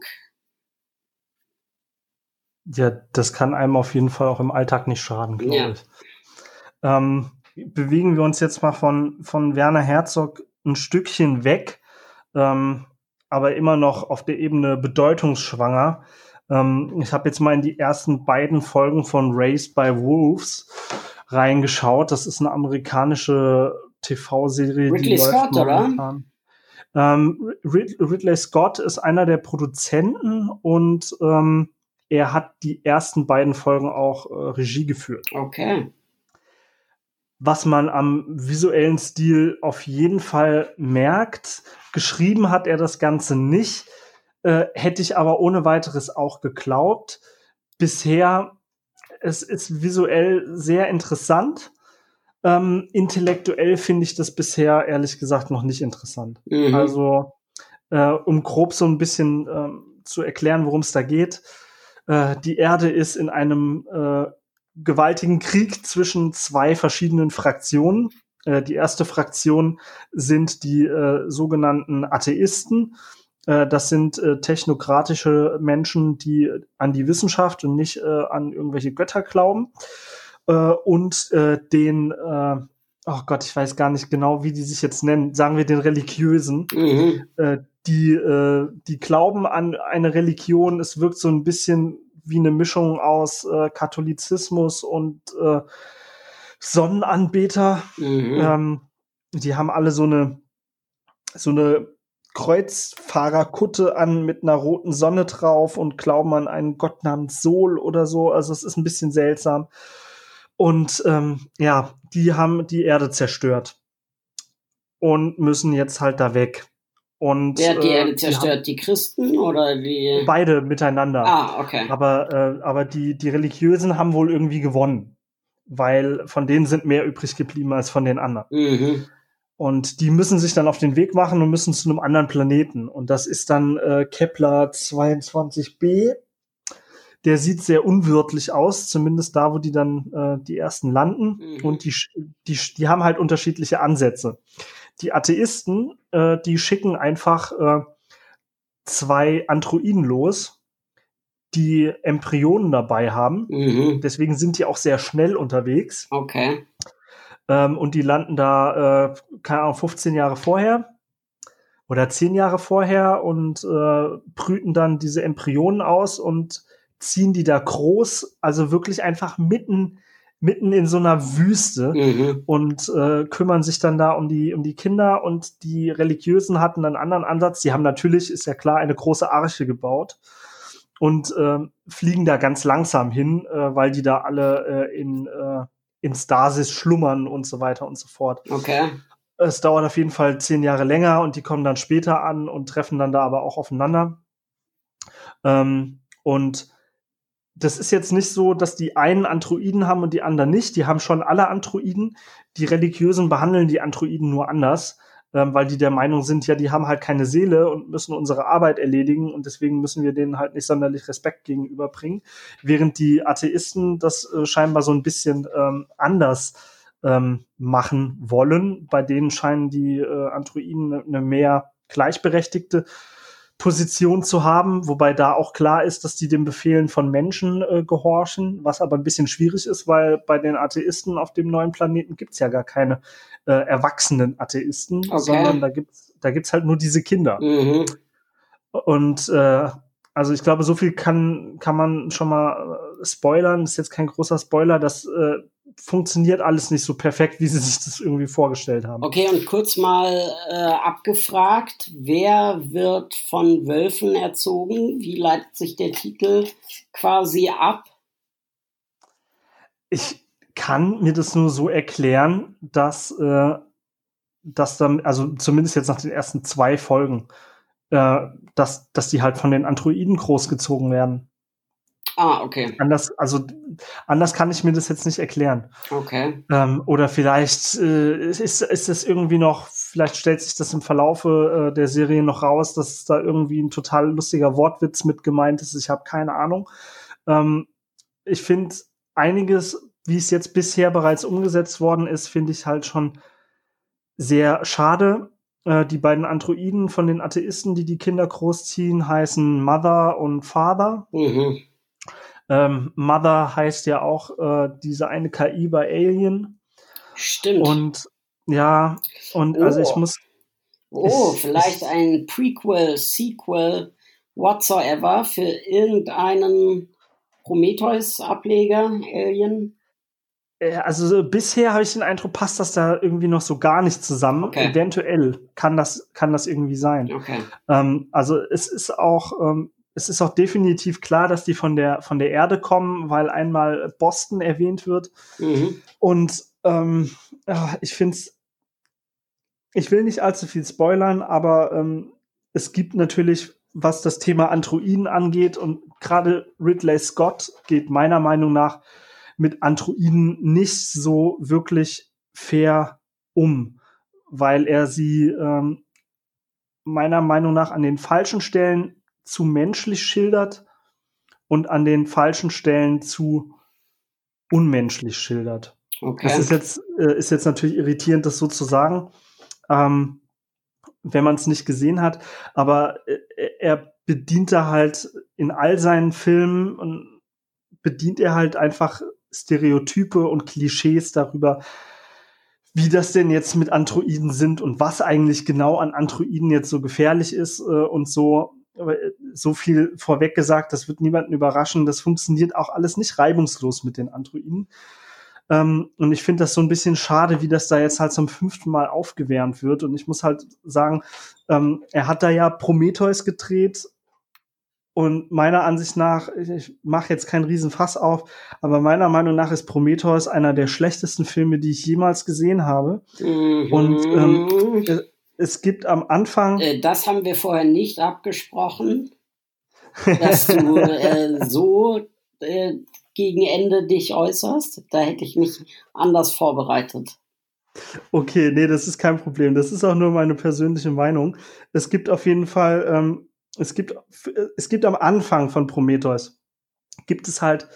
Ja, das kann einem auf jeden Fall auch im Alltag nicht schaden, glaube ich. Bewegen wir uns jetzt mal von Werner Herzog ein Stückchen weg, aber immer noch auf der Ebene bedeutungsschwanger. Ich habe jetzt mal in die ersten beiden Folgen von Raised by Wolves reingeschaut. Das ist eine amerikanische TV-Serie, Ridley die Scott, läuft momentan. Ridley Scott ist einer der Produzenten und er hat die ersten beiden Folgen auch Regie geführt. Okay. Was man am visuellen Stil auf jeden Fall merkt, geschrieben hat er das Ganze nicht, hätte ich aber ohne weiteres auch geglaubt. Bisher, es ist visuell sehr interessant. Intellektuell finde ich das bisher ehrlich gesagt noch nicht interessant. Mhm. Also, um grob so ein bisschen zu erklären, worum es da geht. Die Erde ist in einem gewaltigen Krieg zwischen 2 verschiedenen Fraktionen Die erste Fraktion sind die sogenannten Atheisten. Das sind technokratische Menschen, die an die Wissenschaft und nicht an irgendwelche Götter glauben. Und oh Gott, ich weiß gar nicht genau, wie die sich jetzt nennen, sagen wir den Religiösen. Die glauben an eine Religion. Es wirkt so ein bisschen wie eine Mischung aus Katholizismus und Sonnenanbeter. Die haben alle so eine Kreuzfahrerkutte an mit einer roten Sonne drauf und glauben an einen Gott namens Sol oder so. Also es ist ein bisschen seltsam. Und die haben die Erde zerstört und müssen jetzt halt da weg. Und wer hat die Erde zerstört? Die Christen oder die? Beide miteinander. Ah, okay. Aber die Religiösen haben wohl irgendwie gewonnen, weil von denen sind mehr übrig geblieben als von den anderen. Und die müssen sich dann auf den Weg machen und müssen zu einem anderen Planeten. Und das ist dann Kepler 22b. Der sieht sehr unwirtlich aus, zumindest da, wo die dann die ersten landen. Und die haben halt unterschiedliche Ansätze. Die Atheisten, die schicken einfach 2 Androiden los, die Embryonen dabei haben. Deswegen sind die auch sehr schnell unterwegs. Okay. Und die landen da, keine Ahnung, 15 Jahre vorher oder 10 Jahre vorher und brüten dann diese Embryonen aus und ziehen die da groß, also wirklich einfach mitten in so einer Wüste und kümmern sich dann da um die Kinder. Und die Religiösen hatten einen anderen Ansatz. Die haben natürlich, ist ja klar, eine große Arche gebaut und fliegen da ganz langsam hin, weil die da alle in Stasis schlummern und so weiter und so fort. Okay. Es dauert auf jeden Fall 10 Jahre länger und die kommen dann später an und treffen dann da aber auch aufeinander. Und das ist jetzt nicht so, dass die einen Androiden haben und die anderen nicht. Die haben schon alle Androiden. Die Religiösen behandeln die Androiden nur anders, weil die der Meinung sind, ja, die haben halt keine Seele und müssen unsere Arbeit erledigen und deswegen müssen wir denen halt nicht sonderlich Respekt gegenüberbringen. Während die Atheisten das scheinbar so ein bisschen anders machen wollen. Bei denen scheinen die Androiden eine mehr gleichberechtigte Position zu haben, wobei da auch klar ist, dass die den Befehlen von Menschen gehorchen, was aber ein bisschen schwierig ist, weil bei den Atheisten auf dem neuen Planeten gibt's ja gar keine erwachsenen Atheisten, sondern da gibt's halt nur diese Kinder. Und also ich glaube, so viel kann man schon mal spoilern. Das ist jetzt kein großer Spoiler, das funktioniert alles nicht so perfekt, wie sie sich das irgendwie vorgestellt haben. Okay, und kurz mal abgefragt, wer wird von Wölfen erzogen? Wie leitet sich der Titel quasi ab? Ich kann mir das nur so erklären, dass dann, also zumindest jetzt nach den ersten 2 Folgen, dass die halt von den Androiden großgezogen werden. Ah, okay. Anders kann ich mir das jetzt nicht erklären. Okay. Oder vielleicht ist es irgendwie noch, vielleicht stellt sich das im Verlaufe der Serie noch raus, dass da irgendwie ein total lustiger Wortwitz mit gemeint ist. Ich habe keine Ahnung. Ich finde einiges, wie es jetzt bisher bereits umgesetzt worden ist, finde ich halt schon sehr schade. Die beiden Androiden von den Atheisten, die Kinder großziehen, heißen Mother und Father. Mother heißt ja auch diese eine KI bei Alien. Stimmt. Und ja, und also ich muss... vielleicht ein Prequel, Sequel, whatsoever für irgendeinen Prometheus-Ableger, Alien? Also bisher habe ich den Eindruck, passt das da irgendwie noch so gar nicht zusammen. Okay. Eventuell kann das irgendwie sein. Okay. Also es ist auch definitiv klar, dass die von der Erde kommen, weil einmal Boston erwähnt wird. Und ich will nicht allzu viel spoilern, aber es gibt natürlich, was das Thema Androiden angeht, und gerade Ridley Scott geht meiner Meinung nach mit Androiden nicht so wirklich fair um, weil er sie meiner Meinung nach an den falschen Stellen zu menschlich schildert und an den falschen Stellen zu unmenschlich schildert. Okay. Das ist jetzt natürlich irritierend, das so zu sagen, wenn man es nicht gesehen hat. Aber er bedient da halt in all seinen Filmen und bedient er halt einfach Stereotype und Klischees darüber, wie das denn jetzt mit Androiden sind und was eigentlich genau an Androiden jetzt so gefährlich ist und so. Aber so viel vorweg gesagt, das wird niemanden überraschen. Das funktioniert auch alles nicht reibungslos mit den Androiden. Und ich finde das so ein bisschen schade, wie das da jetzt halt zum 5. Mal aufgewärmt wird. Und ich muss halt sagen, er hat da ja Prometheus gedreht. Und meiner Ansicht nach, ich mache jetzt keinen Riesenfass auf, aber meiner Meinung nach ist Prometheus einer der schlechtesten Filme, die ich jemals gesehen habe. Und es gibt am Anfang... Das haben wir vorher nicht abgesprochen, dass du so gegen Ende dich äußerst. Da hätte ich mich anders vorbereitet. Okay, nee, das ist kein Problem. Das ist auch nur meine persönliche Meinung. Es gibt auf jeden Fall... Es gibt am Anfang von Prometheus, gibt es halt,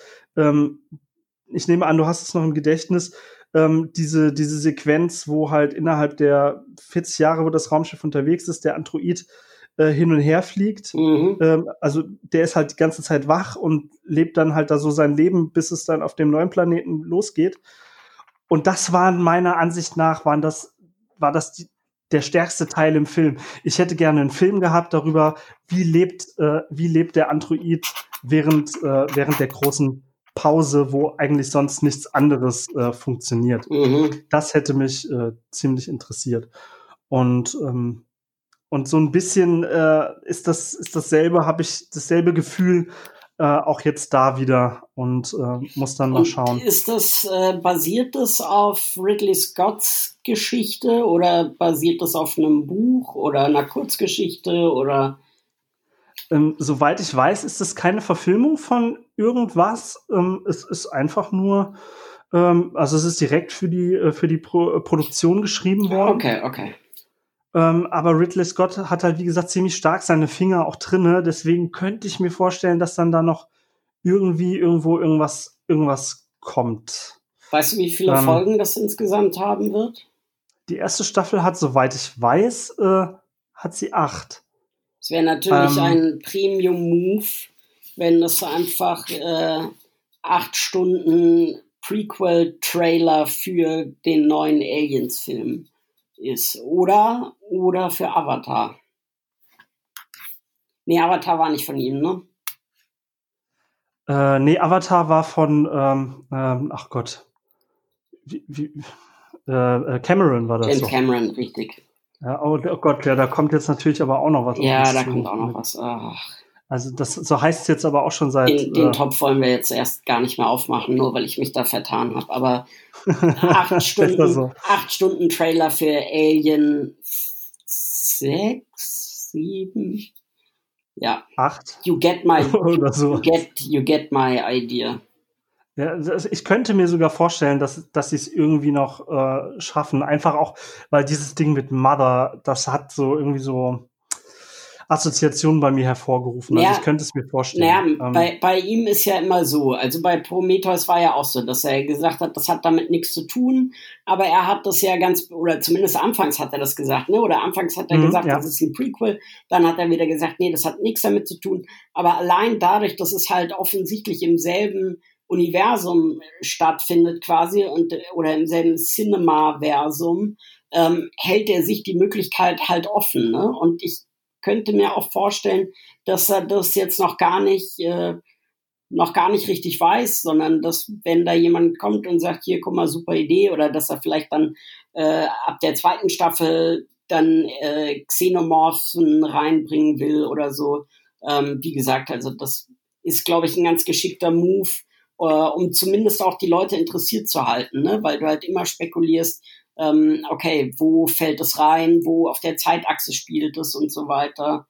ich nehme an, du hast es noch im Gedächtnis, diese Sequenz, wo halt innerhalb der 40 Jahre, wo das Raumschiff unterwegs ist, der Android hin und her fliegt. Also der ist halt die ganze Zeit wach und lebt dann halt da so sein Leben, bis es dann auf dem neuen Planeten losgeht. Und das waren meiner Ansicht nach, war das der stärkste Teil im Film. Ich hätte gerne einen Film gehabt darüber, wie lebt der Android während der großen Pause, wo eigentlich sonst nichts anderes funktioniert. Das hätte mich ziemlich interessiert. Und so ein bisschen ist dasselbe, habe ich dasselbe Gefühl auch jetzt da wieder und muss dann mal schauen. Basiert das auf Ridley Scotts Geschichte oder basiert das auf einem Buch oder einer Kurzgeschichte oder? Soweit ich weiß, ist es keine Verfilmung von irgendwas. Es ist einfach nur, also es ist direkt für die Produktion geschrieben worden. Okay. Aber Ridley Scott hat halt, wie gesagt, ziemlich stark seine Finger auch drinne. Deswegen könnte ich mir vorstellen, dass dann da noch irgendwo irgendwas kommt. Weißt du, wie viele Folgen das insgesamt haben wird? Die erste Staffel hat, soweit ich weiß, hat sie 8. Es wäre natürlich ein Premium-Move, wenn es einfach 8 Stunden Prequel-Trailer für den neuen Aliens-Film ist. Oder für Avatar. Nee, Avatar war nicht von ihm, ne? Nee, Avatar war von, ach Gott. Cameron war das. James Cameron, richtig. Ja, oh Gott, ja, da kommt jetzt natürlich aber auch noch was. Ja, da kommt auch noch was. Ach. Also das so heißt es jetzt aber auch schon seit... Den Topf wollen wir jetzt erst gar nicht mehr aufmachen, nur weil ich mich da vertan habe. Aber 8 Stunden Trailer für Alien 6, 7... Ja. 8? You get my oder so. You get my idea. Ja, ich könnte mir sogar vorstellen, dass sie es irgendwie noch schaffen. Einfach auch, weil dieses Ding mit Mother, das hat so irgendwie so Assoziationen bei mir hervorgerufen. Also ich könnte es mir vorstellen. Bei ihm ist ja immer so, also bei Prometheus war ja auch so, dass er gesagt hat, das hat damit nichts zu tun, aber er hat das ja oder zumindest anfangs hat er das gesagt, ne? Oder anfangs hat er gesagt, das ist ein Prequel, dann hat er wieder gesagt, nee, das hat nichts damit zu tun, aber allein dadurch, dass es halt offensichtlich im selben Universum stattfindet quasi oder im selben Cinema-Versum, hält er sich die Möglichkeit halt offen, ne? Und ich könnte mir auch vorstellen, dass er das jetzt noch gar nicht richtig weiß, sondern dass, wenn da jemand kommt und sagt, hier, guck mal, super Idee, oder dass er vielleicht dann ab der 2. Staffel dann Xenomorphen reinbringen will oder so. Wie gesagt, also das ist, glaube ich, ein ganz geschickter Move, um zumindest auch die Leute interessiert zu halten, ne? Weil du halt immer spekulierst, okay, wo fällt es rein, wo auf der Zeitachse spielt es und so weiter.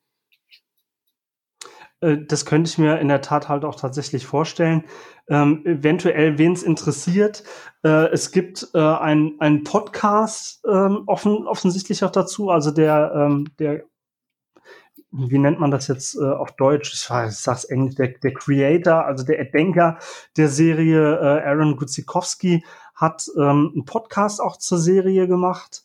Das könnte ich mir in der Tat halt auch tatsächlich vorstellen. Eventuell, wen es interessiert, es gibt einen Podcast offensichtlich auch dazu, also der wie nennt man das jetzt auf Deutsch? Ich sag's Englisch, der Creator, also der Erdenker der Serie, Aaron Guzikowski, hat einen Podcast auch zur Serie gemacht.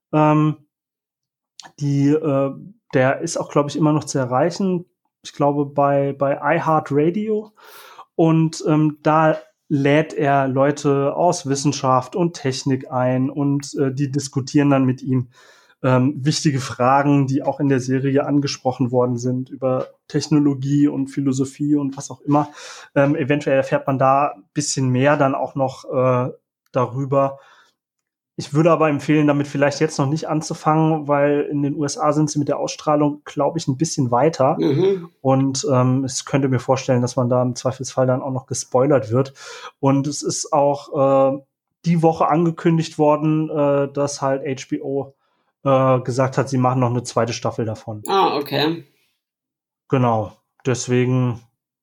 Der ist auch, glaube ich, immer noch zu erreichen. Ich glaube, bei iHeartRadio. Und da lädt er Leute aus Wissenschaft und Technik ein und die diskutieren dann mit ihm wichtige Fragen, die auch in der Serie angesprochen worden sind, über Technologie und Philosophie und was auch immer. Eventuell erfährt man da ein bisschen mehr dann auch noch darüber. Ich würde aber empfehlen, damit vielleicht jetzt noch nicht anzufangen, weil in den USA sind sie mit der Ausstrahlung, glaube ich, ein bisschen weiter. Und ich könnte mir vorstellen, dass man da im Zweifelsfall dann auch noch gespoilert wird. Und es ist auch die Woche angekündigt worden, dass halt HBO gesagt hat, sie machen noch eine zweite Staffel davon. Ah, okay. Genau. Deswegen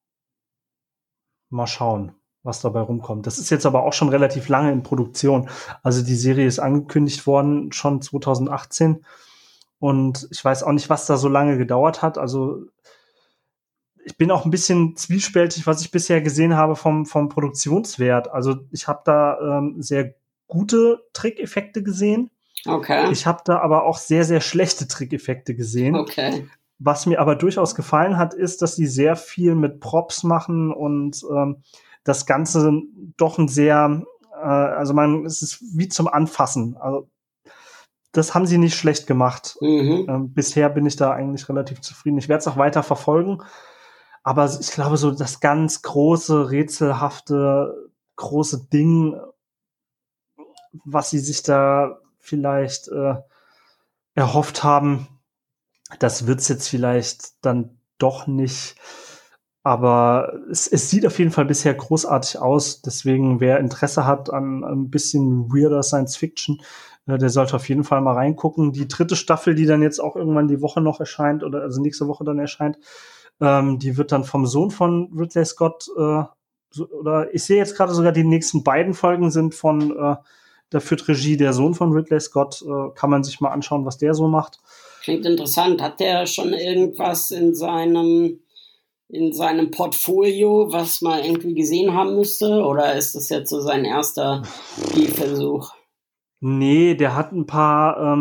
mal schauen, was dabei rumkommt. Das ist jetzt aber auch schon relativ lange in Produktion. Also die Serie ist angekündigt worden schon 2018 und ich weiß auch nicht, was da so lange gedauert hat. Also ich bin auch ein bisschen zwiespältig, was ich bisher gesehen habe vom Produktionswert. Also ich habe da sehr gute Trickeffekte gesehen. Okay. Ich habe da aber auch sehr, sehr schlechte Trickeffekte gesehen. Okay. Was mir aber durchaus gefallen hat, ist, dass die sehr viel mit Props machen und das Ganze doch ein sehr, es ist wie zum Anfassen. Also das haben sie nicht schlecht gemacht. Bisher bin ich da eigentlich relativ zufrieden. Ich werde es auch weiter verfolgen. Aber ich glaube, so das ganz große, rätselhafte, große Ding, was sie sich da vielleicht erhofft haben, das wird's jetzt vielleicht dann doch nicht. Aber es sieht auf jeden Fall bisher großartig aus. Deswegen, wer Interesse hat an ein bisschen weirder Science Fiction, der sollte auf jeden Fall mal reingucken. Die 3. Staffel, die dann jetzt auch irgendwann die Woche noch erscheint, oder also nächste Woche dann erscheint, die wird dann vom Sohn von Ridley Scott, oder ich sehe jetzt gerade sogar die nächsten beiden Folgen sind von, da führt Regie der Sohn von Ridley Scott, kann man sich mal anschauen, was der so macht. Klingt interessant. Hat der schon irgendwas in seinem Portfolio, was man irgendwie gesehen haben müsste? Oder ist das jetzt so sein erster Spielversuch? Nee, der hat ein paar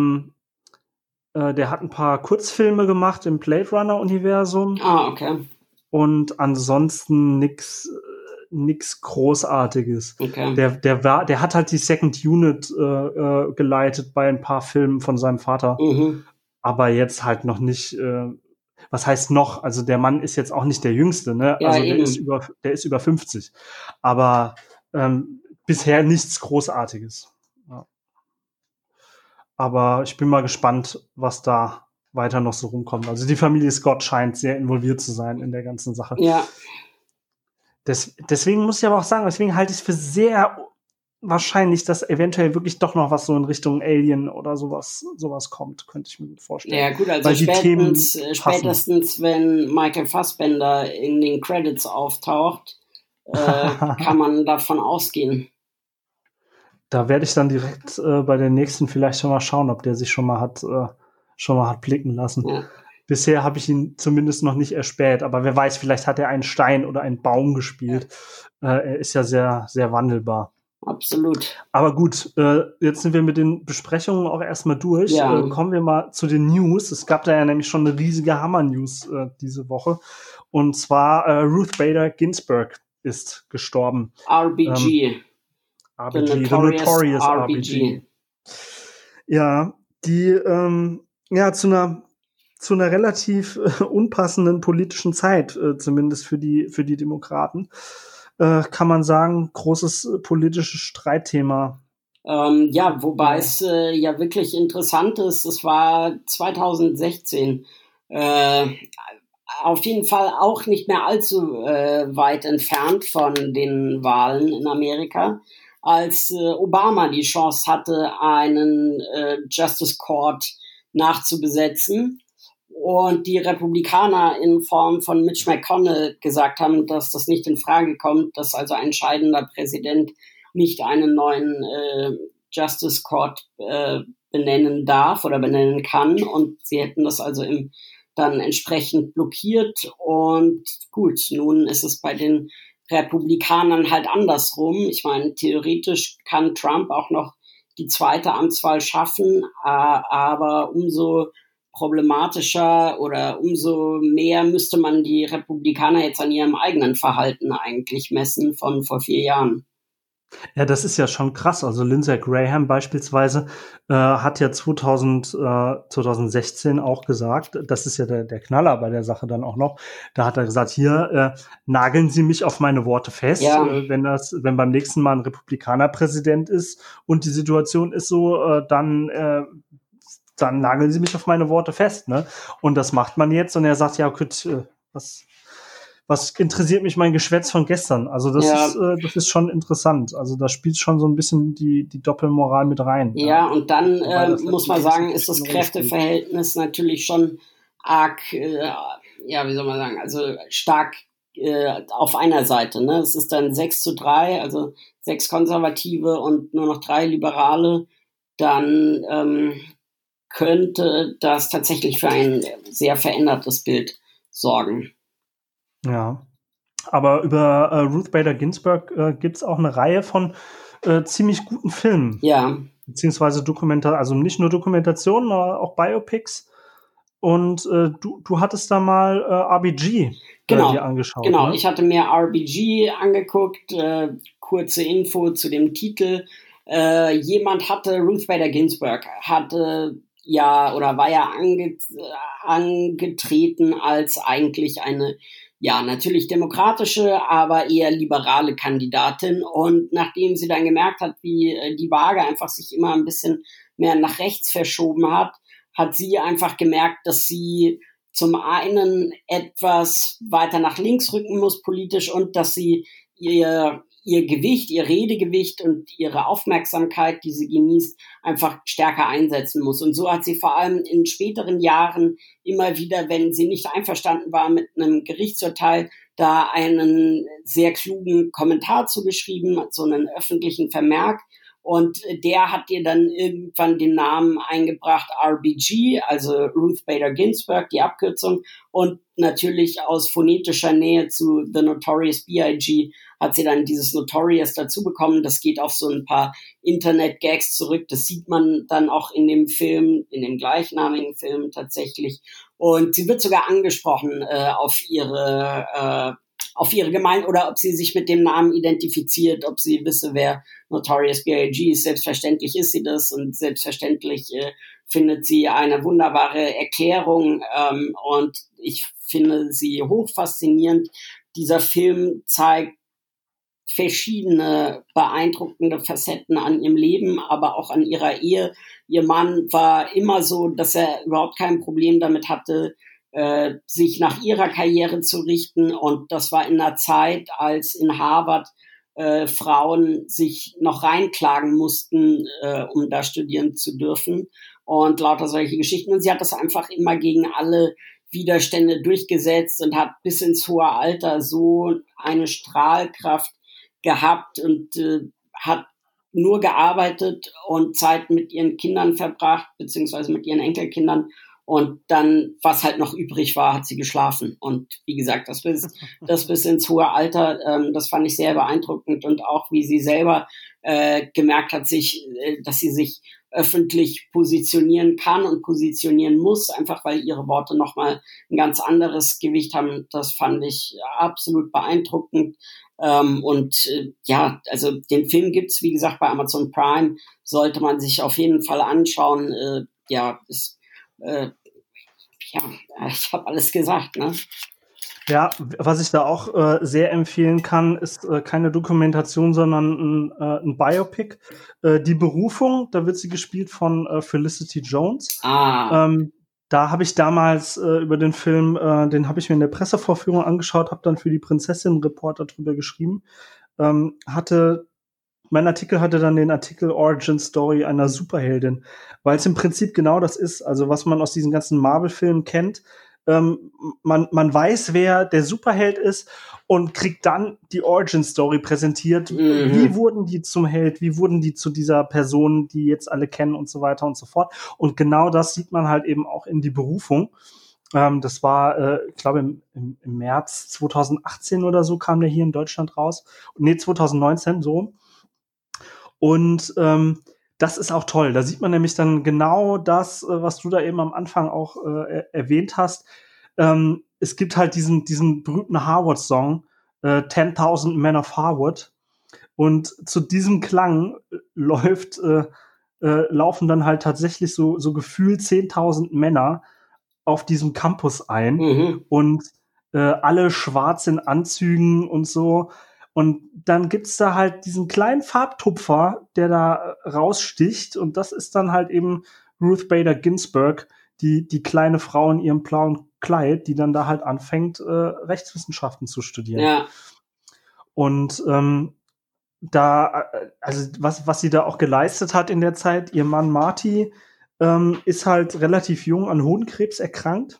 Kurzfilme gemacht im Blade Runner Universum. Ah, okay. Und ansonsten nix Großartiges. Okay. Der hat halt die Second Unit geleitet bei ein paar Filmen von seinem Vater. Aber jetzt halt noch nicht, was heißt noch? Also der Mann ist jetzt auch nicht der Jüngste, ne? Ja, also eben. der ist über 50. Aber bisher nichts Großartiges. Ja. Aber ich bin mal gespannt, was da weiter noch so rumkommt. Also die Familie Scott scheint sehr involviert zu sein in der ganzen Sache. Ja. Deswegen muss ich aber auch sagen, deswegen halte ich es für sehr wahrscheinlich, dass eventuell wirklich doch noch was so in Richtung Alien oder sowas kommt, könnte ich mir gut vorstellen. Ja gut, also spätestens wenn Michael Fassbender in den Credits auftaucht, kann man davon ausgehen. Da werde ich dann direkt bei der nächsten vielleicht schon mal schauen, ob der sich schon mal hat blicken lassen. Ja. Bisher habe ich ihn zumindest noch nicht erspäht, aber wer weiß, vielleicht hat er einen Stein oder einen Baum gespielt. Er ist ja sehr, sehr wandelbar. Absolut. Aber gut, jetzt sind wir mit den Besprechungen auch erstmal durch. Ja. Kommen wir mal zu den News. Es gab da ja nämlich schon eine riesige Hammer-News diese Woche. Und zwar Ruth Bader Ginsburg ist gestorben. RBG. The Notorious RBG. Ja, die zu einer relativ unpassenden politischen Zeit, zumindest für die Demokraten, kann man sagen, großes politisches Streitthema. Ja, wobei es ja wirklich interessant ist, es war 2016, auf jeden Fall auch nicht mehr allzu weit entfernt von den Wahlen in Amerika, als Obama die Chance hatte, einen Justice Court nachzubesetzen und die Republikaner in Form von Mitch McConnell gesagt haben, dass das nicht in Frage kommt, dass also ein scheidender Präsident nicht einen neuen Justice Court benennen darf oder benennen kann, und sie hätten das also dann entsprechend blockiert. Und gut, nun ist es bei den Republikanern halt andersrum. Ich meine, theoretisch kann Trump auch noch die zweite Amtswahl schaffen, aber umso problematischer oder umso mehr müsste man die Republikaner jetzt an ihrem eigenen Verhalten eigentlich messen von vor 4 Jahren. Ja, das ist ja schon krass. Also Lindsey Graham beispielsweise hat ja 2016 auch gesagt, das ist ja der Knaller bei der Sache dann auch noch, da hat er gesagt, hier nageln Sie mich auf meine Worte fest, Ja. Wenn beim nächsten Mal ein Republikaner Präsident ist und die Situation ist so, dann nageln Sie mich auf meine Worte fest, ne? Und das macht man jetzt und er sagt, ja, gut, was interessiert mich mein Geschwätz von gestern? Also das ist schon interessant. Also da spielt schon so ein bisschen die Doppelmoral mit rein. Ja, und dann muss man sagen, ist das Kräfteverhältnis natürlich schon arg, wie soll man sagen, also stark auf einer Seite. Ne? Es ist dann 6:3, also 6 Konservative und nur noch 3 Liberale. Dann könnte das tatsächlich für ein sehr verändertes Bild sorgen. Ja, aber über Ruth Bader Ginsburg gibt's auch eine Reihe von ziemlich guten Filmen. Ja. Beziehungsweise also nicht nur Dokumentationen, aber auch Biopics. Und du hattest da mal RBG dir angeschaut. Genau, ne? Ich hatte mir RBG angeguckt, kurze Info zu dem Titel. Jemand hatte, Ruth Bader Ginsburg war ja angetreten als eigentlich eine natürlich demokratische, aber eher liberale Kandidatin. Und nachdem sie dann gemerkt hat, wie die Waage einfach sich immer ein bisschen mehr nach rechts verschoben hat, hat sie einfach gemerkt, dass sie zum einen etwas weiter nach links rücken muss politisch und dass sie ihr Gewicht, ihr Redegewicht und ihre Aufmerksamkeit, die sie genießt, einfach stärker einsetzen muss. Und so hat sie vor allem in späteren Jahren immer wieder, wenn sie nicht einverstanden war mit einem Gerichtsurteil, da einen sehr klugen Kommentar zugeschrieben, so einen öffentlichen Vermerk. Und der hat ihr dann irgendwann den Namen eingebracht, RBG, also Ruth Bader Ginsburg, die Abkürzung. Und natürlich aus phonetischer Nähe zu The Notorious B.I.G. hat sie dann dieses Notorious dazu bekommen. Das geht auf so ein paar Internet-Gags zurück. Das sieht man dann auch in dem Film, in dem gleichnamigen Film tatsächlich. Und sie wird sogar angesprochen auf ihre Gemeinde oder ob sie sich mit dem Namen identifiziert, ob sie wisse, wer Notorious B.I.G. ist. Selbstverständlich ist sie das und selbstverständlich findet sie eine wunderbare Erklärung und ich finde sie hochfaszinierend. Dieser Film zeigt verschiedene beeindruckende Facetten an ihrem Leben, aber auch an ihrer Ehe. Ihr Mann war immer so, dass er überhaupt kein Problem damit hatte, sich nach ihrer Karriere zu richten. Und das war in einer Zeit, als in Harvard Frauen sich noch reinklagen mussten, um da studieren zu dürfen. Und lauter solche Geschichten. Und sie hat das einfach immer gegen alle Widerstände durchgesetzt und hat bis ins hohe Alter so eine Strahlkraft gehabt und hat nur gearbeitet und Zeit mit ihren Kindern verbracht, beziehungsweise mit ihren Enkelkindern. Und dann, was halt noch übrig war, hat sie geschlafen. Und wie gesagt, das bis ins hohe Alter, das fand ich sehr beeindruckend. Und auch, wie sie selber gemerkt hat, dass sie sich öffentlich positionieren kann und positionieren muss, einfach weil ihre Worte nochmal ein ganz anderes Gewicht haben. Das fand ich absolut beeindruckend. Also den Film gibt's, wie gesagt, bei Amazon Prime, sollte man sich auf jeden Fall anschauen. Ich habe alles gesagt, ne? Ja, was ich da auch sehr empfehlen kann, ist keine Dokumentation, sondern ein Biopic. Die Berufung, da wird sie gespielt von Felicity Jones. Da habe ich damals über den Film, den habe ich mir in der Pressevorführung angeschaut, habe dann für die Prinzessin-Reporter drüber geschrieben. Mein Artikel hatte dann den Artikel Origin Story einer Superheldin, weil es im Prinzip genau das ist, also was man aus diesen ganzen Marvel-Filmen kennt. Man weiß, wer der Superheld ist und kriegt dann die Origin Story präsentiert. Wie wurden die zum Held? Wie wurden die zu dieser Person, die jetzt alle kennen und so weiter und so fort? Und genau das sieht man halt eben auch in die Berufung. Das war, ich glaube, im März 2018 oder so kam der hier in Deutschland raus. Nee, 2019 so. Und das ist auch toll. Da sieht man nämlich dann genau das, was du da eben am Anfang auch erwähnt hast. Es gibt halt diesen berühmten Harvard-Song, 10.000 Men of Harvard. Und zu diesem Klang laufen dann halt tatsächlich so gefühlt 10.000 Männer auf diesem Campus ein und alle schwarz in Anzügen und so. Und dann gibt's da halt diesen kleinen Farbtupfer, der da raussticht. Und das ist dann halt eben Ruth Bader Ginsburg, die kleine Frau in ihrem blauen Kleid, die dann da halt anfängt, Rechtswissenschaften zu studieren. Ja. Und also was sie da auch geleistet hat in der Zeit, ihr Mann Marty ist halt relativ jung an Hodenkrebs erkrankt.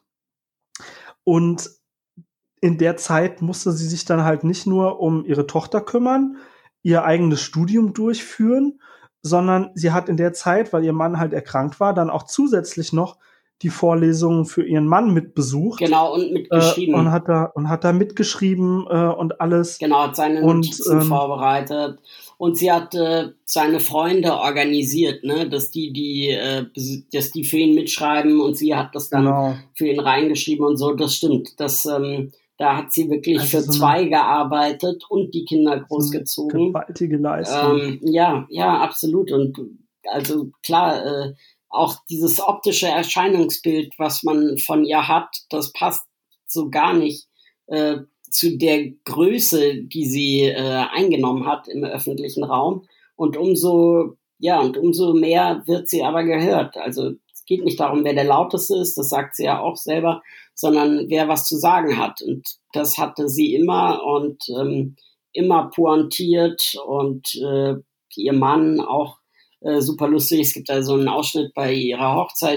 Und in der Zeit musste sie sich dann halt nicht nur um ihre Tochter kümmern, ihr eigenes Studium durchführen, sondern sie hat in der Zeit, weil ihr Mann halt erkrankt war, dann auch zusätzlich noch die Vorlesungen für ihren Mann mitbesucht. Genau, und mitgeschrieben. Und hat da mitgeschrieben und alles. Genau, hat seine Notizen vorbereitet. Und sie hat seine Freunde organisiert, ne, dass die für ihn mitschreiben, und sie hat das dann für ihn reingeschrieben und so. Das stimmt. Da hat sie wirklich also für zwei gearbeitet und die Kinder großgezogen. So gewaltige Leistung. Ja, absolut. Und also klar, auch dieses optische Erscheinungsbild, was man von ihr hat, das passt so gar nicht zu der Größe, die sie eingenommen hat im öffentlichen Raum. Und umso mehr wird sie aber gehört. Also es geht nicht darum, wer der Lauteste ist, das sagt sie ja auch selber, sondern wer was zu sagen hat. Und das hatte sie immer und immer pointiert, und ihr Mann auch super lustig. Es gibt da so einen Ausschnitt bei ihrem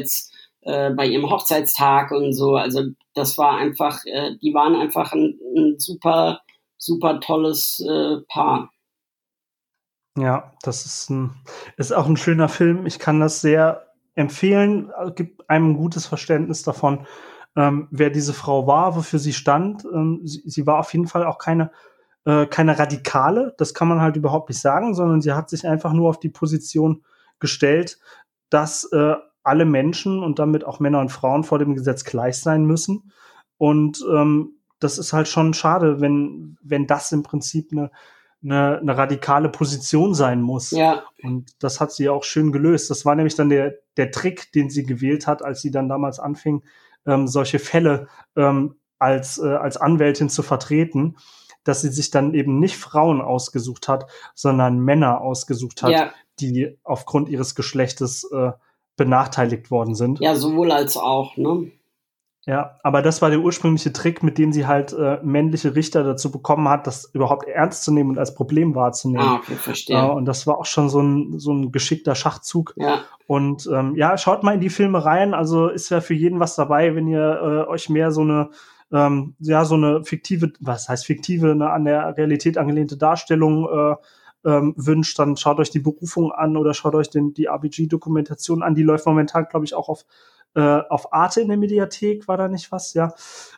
Hochzeitstag und so. Also das war einfach, die waren einfach ein super, super tolles Paar. Ja, das ist auch ein schöner Film. Ich kann das sehr empfehlen. Gibt einem ein gutes Verständnis davon, wer diese Frau war, wofür sie stand. Sie war auf jeden Fall auch keine Radikale, das kann man halt überhaupt nicht sagen, sondern sie hat sich einfach nur auf die Position gestellt, dass alle Menschen und damit auch Männer und Frauen vor dem Gesetz gleich sein müssen. Und das ist halt schon schade, wenn das im Prinzip eine radikale Position sein muss. Ja. Und das hat sie auch schön gelöst. Das war nämlich dann der Trick, den sie gewählt hat, als sie dann damals anfing, solche Fälle als Anwältin zu vertreten, dass sie sich dann eben nicht Frauen ausgesucht hat, sondern Männer ausgesucht hat, die aufgrund ihres Geschlechtes benachteiligt worden sind. Ja, sowohl als auch, ne? Ja, aber das war der ursprüngliche Trick, mit dem sie halt männliche Richter dazu bekommen hat, das überhaupt ernst zu nehmen und als Problem wahrzunehmen. Ah, okay, verstehe. Und das war auch schon so ein geschickter Schachzug. Ja. Und schaut mal in die Filme rein. Also ist ja für jeden was dabei, wenn ihr euch mehr so eine fiktive, was heißt fiktive, eine an der Realität angelehnte Darstellung wünscht, dann schaut euch die Berufung an oder schaut euch die RBG-Dokumentation an. Die läuft momentan, glaube ich, auch auf Arte in der Mediathek, war da nicht was? Ja.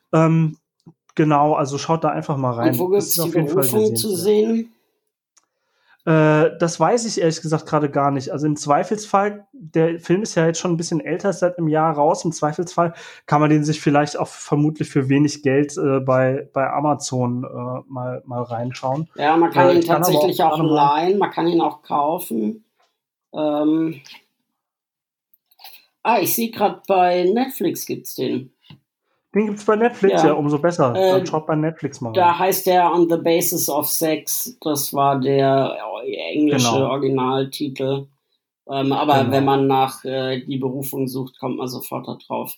Genau, also schaut da einfach mal rein. Und wo gibt es die Berufung zu sehen? Das weiß ich ehrlich gesagt gerade gar nicht. Also im Zweifelsfall, der Film ist ja jetzt schon ein bisschen älter, ist seit einem Jahr raus. Im Zweifelsfall kann man den sich vielleicht auch vermutlich für wenig Geld bei Amazon mal reinschauen. Ja, man kann ihn tatsächlich auch leihen, man kann ihn auch kaufen. Ich sehe gerade, bei Netflix gibt's den. Den gibt's bei Netflix, ja, umso besser. Dann schaut bei Netflix mal rein. Da heißt der On the Basis of Sex. Das war der englische Originaltitel. Aber wenn man nach die Berufung sucht, kommt man sofort da drauf.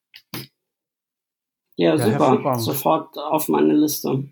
Ja, super. Sofort auf meine Liste.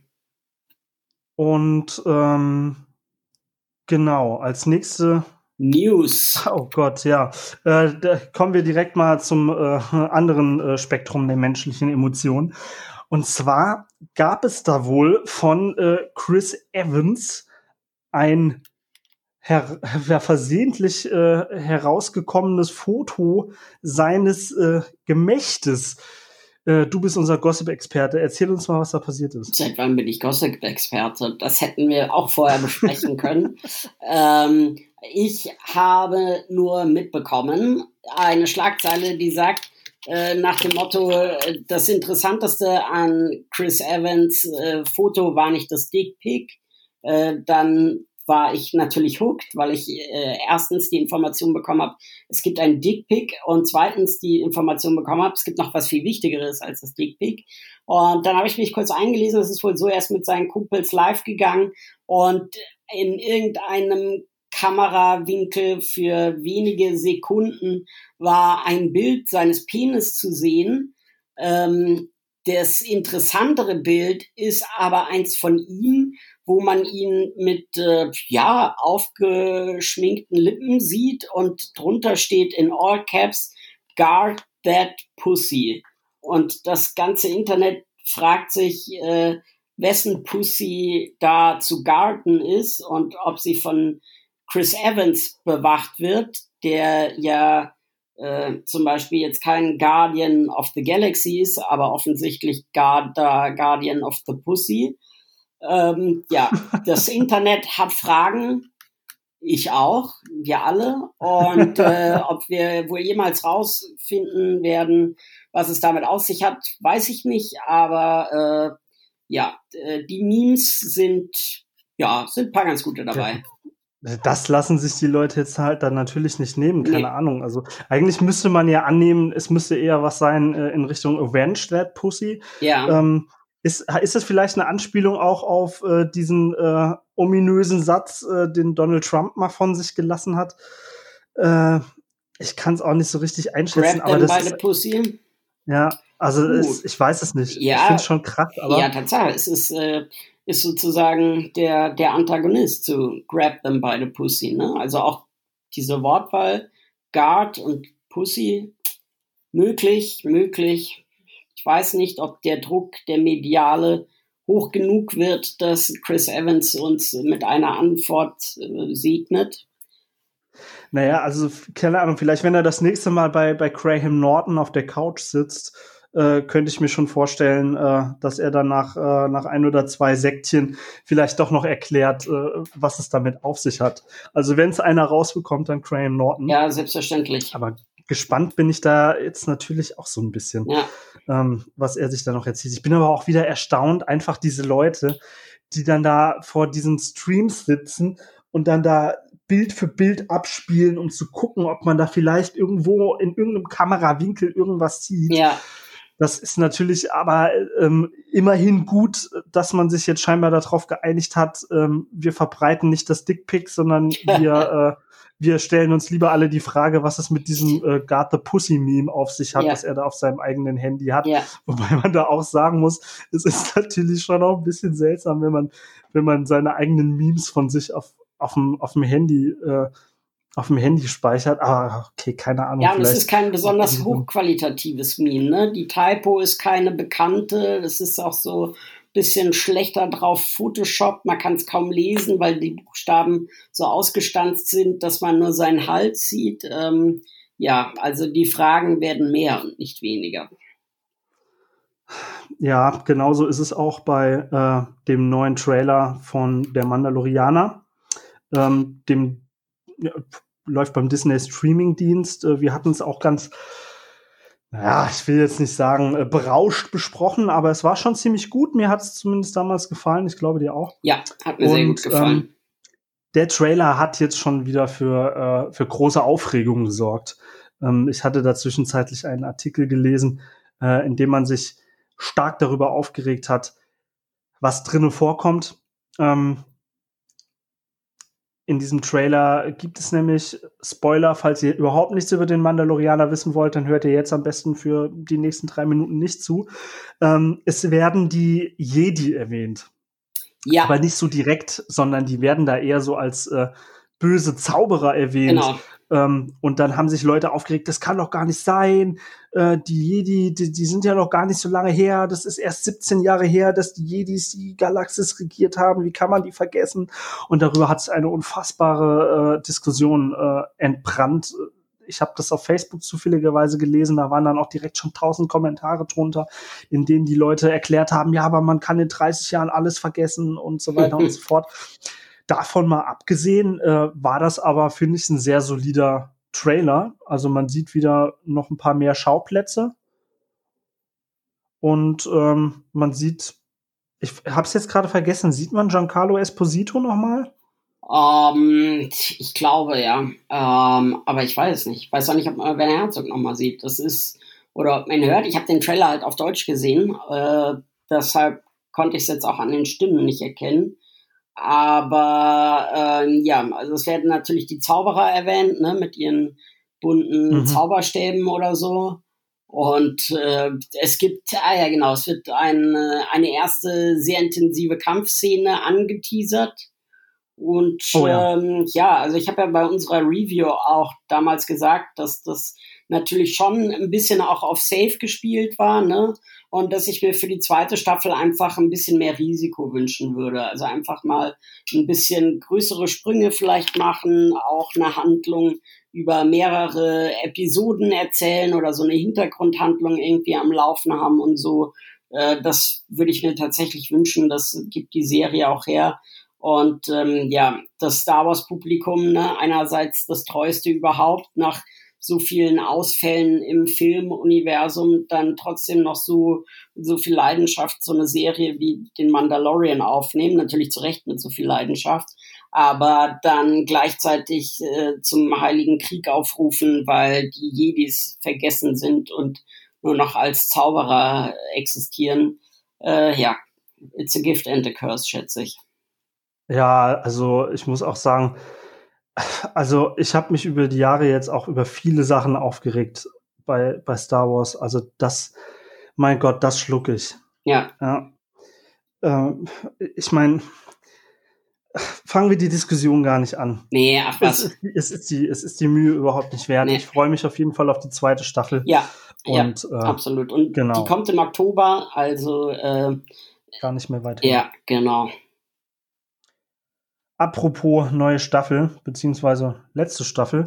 Und genau, als nächste News. Oh Gott, ja. Da kommen wir direkt mal zum anderen Spektrum der menschlichen Emotionen. Und zwar gab es da wohl von Chris Evans ein versehentlich herausgekommenes Foto seines Gemächtes. Du bist unser Gossip-Experte. Erzähl uns mal, was da passiert ist. Seit wann bin ich Gossip-Experte? Das hätten wir auch vorher besprechen können. Ich habe nur mitbekommen, eine Schlagzeile, die sagt, nach dem Motto, das Interessanteste an Chris Evans Foto war nicht das Dickpic, dann war ich natürlich hooked, weil ich erstens die Information bekommen habe, es gibt ein Dickpic und zweitens die Information bekommen habe, es gibt noch was viel Wichtigeres als das Dickpic. Und dann habe ich mich kurz eingelesen, es ist wohl so erst mit seinen Kumpels live gegangen und in irgendeinem Kamerawinkel für wenige Sekunden war ein Bild seines Penis zu sehen. Das interessantere Bild ist aber eins von ihm, wo man ihn mit aufgeschminkten Lippen sieht und drunter steht in all caps, guard that pussy. Und das ganze Internet fragt sich, wessen Pussy da zu guarden ist und ob sie von Chris Evans bewacht wird, der ja zum Beispiel jetzt kein Guardian of the Galaxy ist, aber offensichtlich Guardian of the Pussy. Das Internet hat Fragen, ich auch, wir alle. Und ob wir wohl jemals rausfinden werden, was es damit auf sich hat, weiß ich nicht. Aber die Memes sind ein paar ganz gute dabei. Das lassen sich die Leute jetzt halt dann natürlich nicht nehmen, keine Ahnung. Also eigentlich müsste man ja annehmen, es müsste eher was sein in Richtung Avenge That Pussy. Ja. Ist das vielleicht eine Anspielung auch auf diesen ominösen Satz, den Donald Trump mal von sich gelassen hat? Ich kann es auch nicht so richtig einschätzen. Grab them by the pussy? Ja, also ich weiß es nicht. Ja, ich finde es schon krass. Aber ja, Tatsache. Es ist sozusagen der Antagonist zu Grab them by the pussy. Ne? Also auch diese Wortwahl, Guard und Pussy, möglich. Ich weiß nicht, ob der Druck, der mediale, hoch genug wird, dass Chris Evans uns mit einer Antwort segnet. Naja, also keine Ahnung, vielleicht wenn er das nächste Mal bei Graham Norton auf der Couch sitzt, könnte ich mir schon vorstellen, dass er dann nach 1 oder 2 Säckchen vielleicht doch noch erklärt, was es damit auf sich hat. Also wenn es einer rausbekommt, dann Graham Norton. Ja, selbstverständlich. Aber gespannt bin ich da jetzt natürlich auch so ein bisschen, was er sich da noch erzählt. Ich bin aber auch wieder erstaunt, einfach diese Leute, die dann da vor diesen Streams sitzen und dann da Bild für Bild abspielen, um zu gucken, ob man da vielleicht irgendwo in irgendeinem Kamerawinkel irgendwas sieht. Ja. Das ist natürlich aber immerhin gut, dass man sich jetzt scheinbar darauf geeinigt hat, wir verbreiten nicht das Dickpic, sondern wir stellen uns lieber alle die Frage, was es mit diesem Guard the Pussy Meme auf sich hat, das er da auf seinem eigenen Handy hat. Ja. Wobei man da auch sagen muss, es ist natürlich schon auch ein bisschen seltsam, wenn man seine eigenen Memes von sich auf dem Handy speichert, aber okay, keine Ahnung. Ja, und es ist kein besonders hochqualitatives Meme, ne? Die Typo ist keine bekannte, das ist auch so ein bisschen schlechter drauf Photoshop, man kann es kaum lesen, weil die Buchstaben so ausgestanzt sind, dass man nur seinen Hals sieht. Also die Fragen werden mehr und nicht weniger. Ja, genauso ist es auch bei dem neuen Trailer von Der Mandalorianer. Läuft beim Disney Streaming-Dienst. Wir hatten es auch ganz, ich will jetzt nicht sagen, berauscht besprochen, aber es war schon ziemlich gut. Mir hat es zumindest damals gefallen. Ich glaube, dir auch. Ja, hat mir sehr gut gefallen. Der Trailer hat jetzt schon wieder für große Aufregung gesorgt. Ich hatte da zwischenzeitlich einen Artikel gelesen, in dem man sich stark darüber aufgeregt hat, was drinnen vorkommt. In diesem Trailer gibt es nämlich Spoiler, falls ihr überhaupt nichts über den Mandalorianer wissen wollt, dann hört ihr jetzt am besten für die nächsten 3 Minuten nicht zu. Es werden die Jedi erwähnt. Ja. Aber nicht so direkt, sondern die werden da eher so als böse Zauberer erwähnt. Genau. Und dann haben sich Leute aufgeregt, das kann doch gar nicht sein. Die Jedi, die sind ja noch gar nicht so lange her. Das ist erst 17 Jahre her, dass die Jedis die Galaxis regiert haben. Wie kann man die vergessen? Und darüber hat es eine unfassbare Diskussion entbrannt. ich habe das auf Facebook zufälligerweise gelesen, da waren dann auch direkt schon 1000 Kommentare drunter, in denen die Leute erklärt haben, ja, aber man kann in 30 Jahren alles vergessen und so weiter und so fort. Davon mal abgesehen, war das aber, finde ich, ein sehr solider Trailer. Also man sieht wieder noch ein paar mehr Schauplätze und man sieht, ich habe es jetzt gerade vergessen, sieht man Giancarlo Esposito nochmal? Ich glaube, ja. Aber ich weiß nicht. Ich weiß auch nicht, ob man Werner Herzog nochmal sieht. Das ist, oder ob man hört. Ich habe den Trailer halt auf Deutsch gesehen. Deshalb konnte ich es jetzt auch an den Stimmen nicht erkennen. Aber ja, also es werden natürlich die Zauberer erwähnt, ne, mit ihren bunten Zauberstäben oder so. Und es gibt, ja genau, es wird eine erste sehr intensive Kampfszene angeteasert. Und ja, also ich habe ja bei unserer Review auch damals gesagt, dass das natürlich schon ein bisschen auch auf Safe gespielt war, ne? Und dass ich mir für die zweite Staffel einfach ein bisschen mehr Risiko wünschen würde. Also einfach mal ein bisschen größere Sprünge vielleicht machen, auch eine Handlung über mehrere Episoden erzählen oder so eine Hintergrundhandlung irgendwie am Laufen haben und so. Das würde ich mir tatsächlich wünschen. Das gibt die Serie auch her. Und ja, das Star Wars Publikum, ne, einerseits das treueste überhaupt, nach so vielen Ausfällen im Filmuniversum dann trotzdem noch so viel Leidenschaft so eine Serie wie den Mandalorian aufnehmen, natürlich zu Recht mit so viel Leidenschaft, aber dann gleichzeitig zum Heiligen Krieg aufrufen, weil die Jedis vergessen sind und nur noch als Zauberer existieren. Ja, it's a gift and a curse, schätze ich. Ja, also ich muss auch sagen, also ich habe mich über die Jahre jetzt auch über viele Sachen aufgeregt bei Star Wars. Also das, mein Gott, das schlucke ich. Ja. Ich meine, fangen wir die Diskussion gar nicht an. Nee, ach was. Es ist die Mühe überhaupt nicht wert. Nee. Ich freue mich auf jeden Fall auf die zweite Staffel. Ja, und, ja, absolut. Und genau. Die kommt im Oktober, also gar nicht mehr weit. Ja, genau. Apropos neue Staffel, beziehungsweise letzte Staffel,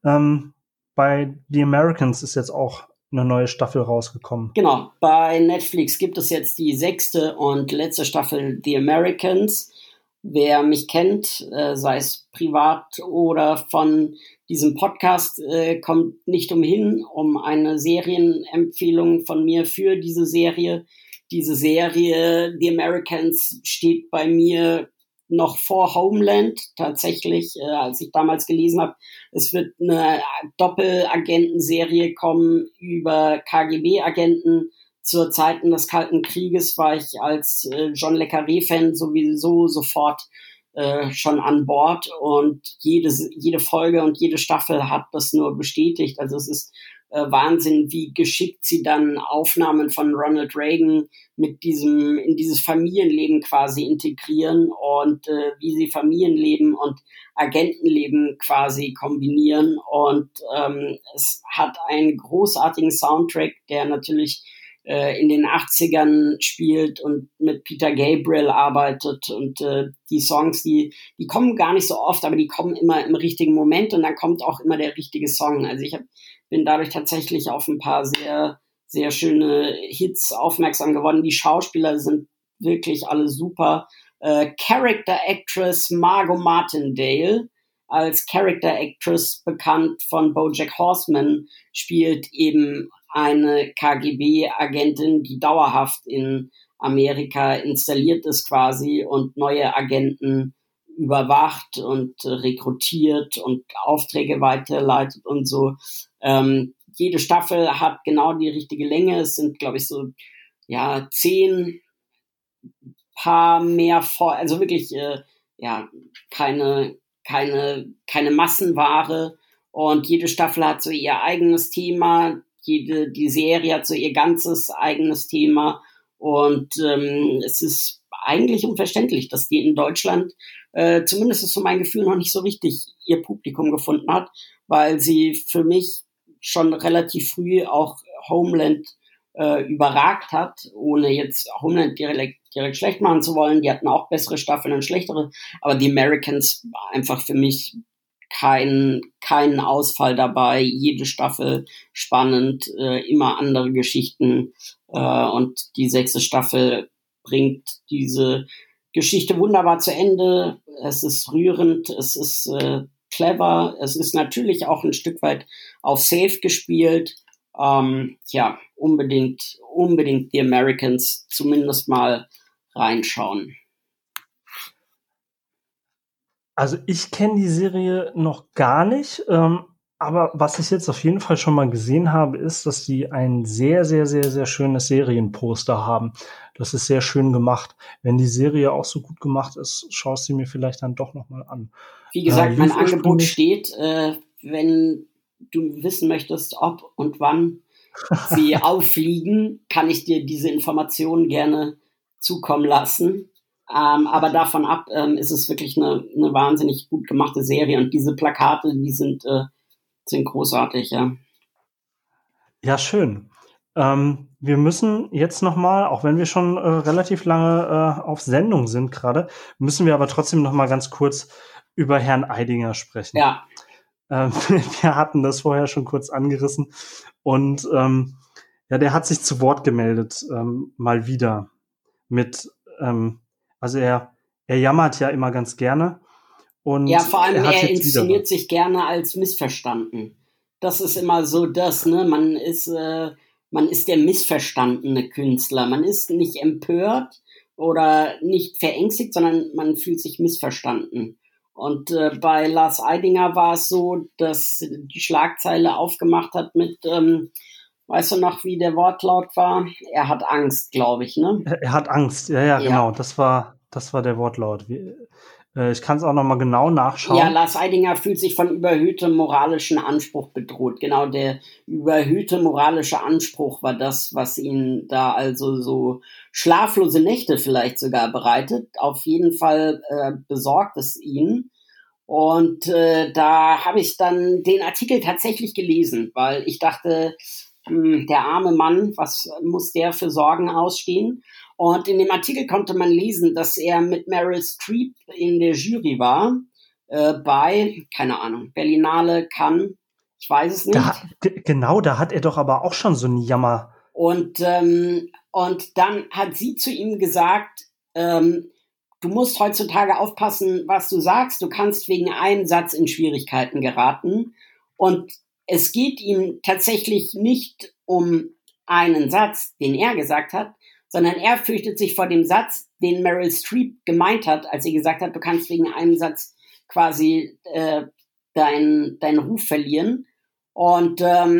bei The Americans ist jetzt auch eine neue Staffel rausgekommen. Genau, bei Netflix gibt es jetzt die 6. und letzte Staffel The Americans. Wer mich kennt, sei es privat oder von diesem Podcast, kommt nicht umhin, um eine Serienempfehlung von mir für diese Serie. Diese Serie The Americans steht bei mir noch vor Homeland tatsächlich, als ich damals gelesen habe, es wird eine Doppelagentenserie kommen über KGB-Agenten. Zu Zeiten des Kalten Krieges war ich als John le Carré-Fan sowieso sofort schon an Bord und jede Folge und jede Staffel hat das nur bestätigt. Also es ist Wahnsinn, wie geschickt sie dann Aufnahmen von Ronald Reagan in dieses Familienleben quasi integrieren und wie sie Familienleben und Agentenleben quasi kombinieren. Und es hat einen großartigen Soundtrack, der natürlich in den 80ern spielt und mit Peter Gabriel arbeitet und die Songs, die kommen gar nicht so oft, aber die kommen immer im richtigen Moment und dann kommt auch immer der richtige Song. Also ich bin dadurch tatsächlich auf ein paar sehr, sehr schöne Hits aufmerksam geworden. Die Schauspieler sind wirklich alle super. Character Actress Margot Martindale, als Character Actress bekannt von BoJack Horseman, spielt eben eine KGB-Agentin, die dauerhaft in Amerika installiert ist quasi und neue Agenten überwacht und rekrutiert und Aufträge weiterleitet und so. Jede Staffel hat genau die richtige Länge. Es sind, glaube ich, so 10 paar mehr also wirklich keine Massenware. Und jede Staffel hat so ihr eigenes Thema. Die Serie hat so ihr ganzes eigenes Thema. Und es ist eigentlich unverständlich, dass die in Deutschland, zumindest ist so mein Gefühl, noch nicht so richtig ihr Publikum gefunden hat, weil sie für mich schon relativ früh auch Homeland überragt hat, ohne jetzt Homeland direkt schlecht machen zu wollen. Die hatten auch bessere Staffeln und schlechtere, aber The Americans war einfach für mich keinen Ausfall dabei, jede Staffel spannend, immer andere Geschichten, und die 6. Staffel bringt diese Geschichte wunderbar zu Ende. Es ist rührend, es ist clever, es ist natürlich auch ein Stück weit auf Safe gespielt. Unbedingt The Americans zumindest mal reinschauen. Also ich kenne die Serie noch gar nicht, aber was ich jetzt auf jeden Fall schon mal gesehen habe, ist, dass die ein sehr, sehr, sehr, sehr schönes Serienposter haben. Das ist sehr schön gemacht. Wenn die Serie auch so gut gemacht ist, schaust sie mir vielleicht dann doch noch mal an. Wie gesagt, mein Angebot steht, wenn du wissen möchtest, ob und wann sie auffliegen, kann ich dir diese Informationen gerne zukommen lassen. Aber davon ab ist es wirklich eine wahnsinnig gut gemachte Serie und diese Plakate, die sind großartig, ja. Ja, schön. Wir müssen jetzt noch mal, auch wenn wir schon relativ lange auf Sendung sind gerade, müssen wir aber trotzdem noch mal ganz kurz über Herrn Eidinger sprechen. Ja. Wir hatten das vorher schon kurz angerissen und der hat sich zu Wort gemeldet, mal wieder mit also er jammert ja immer ganz gerne. Und ja, vor allem er inszeniert sich gerne als missverstanden. Das ist immer so das, ne? Man ist der missverstandene Künstler. Man ist nicht empört oder nicht verängstigt, sondern man fühlt sich missverstanden. Und bei Lars Eidinger war es so, dass die Schlagzeile aufgemacht hat mit weißt du noch, wie der Wortlaut war? Er hat Angst, glaube ich, ne? Er hat Angst, ja, genau. Das war der Wortlaut. Ich kann es auch noch mal genau nachschauen. Ja, Lars Eidinger fühlt sich von überhöhtem moralischen Anspruch bedroht. Genau, der überhöhte moralische Anspruch war das, was ihn da also so schlaflose Nächte vielleicht sogar bereitet. Auf jeden Fall besorgt es ihn. Und da habe ich dann den Artikel tatsächlich gelesen, weil ich dachte, der arme Mann, was muss der für Sorgen ausstehen? Und in dem Artikel konnte man lesen, dass er mit Meryl Streep in der Jury war, bei, keine Ahnung, Berlinale, Cannes, ich weiß es nicht. Da hat er doch aber auch schon so einen Jammer. Und dann hat sie zu ihm gesagt, du musst heutzutage aufpassen, was du sagst, du kannst wegen einem Satz in Schwierigkeiten geraten. Und es geht ihm tatsächlich nicht um einen Satz, den er gesagt hat, sondern er fürchtet sich vor dem Satz, den Meryl Streep gemeint hat, als sie gesagt hat, du kannst wegen einem Satz quasi deinen Ruf verlieren. Und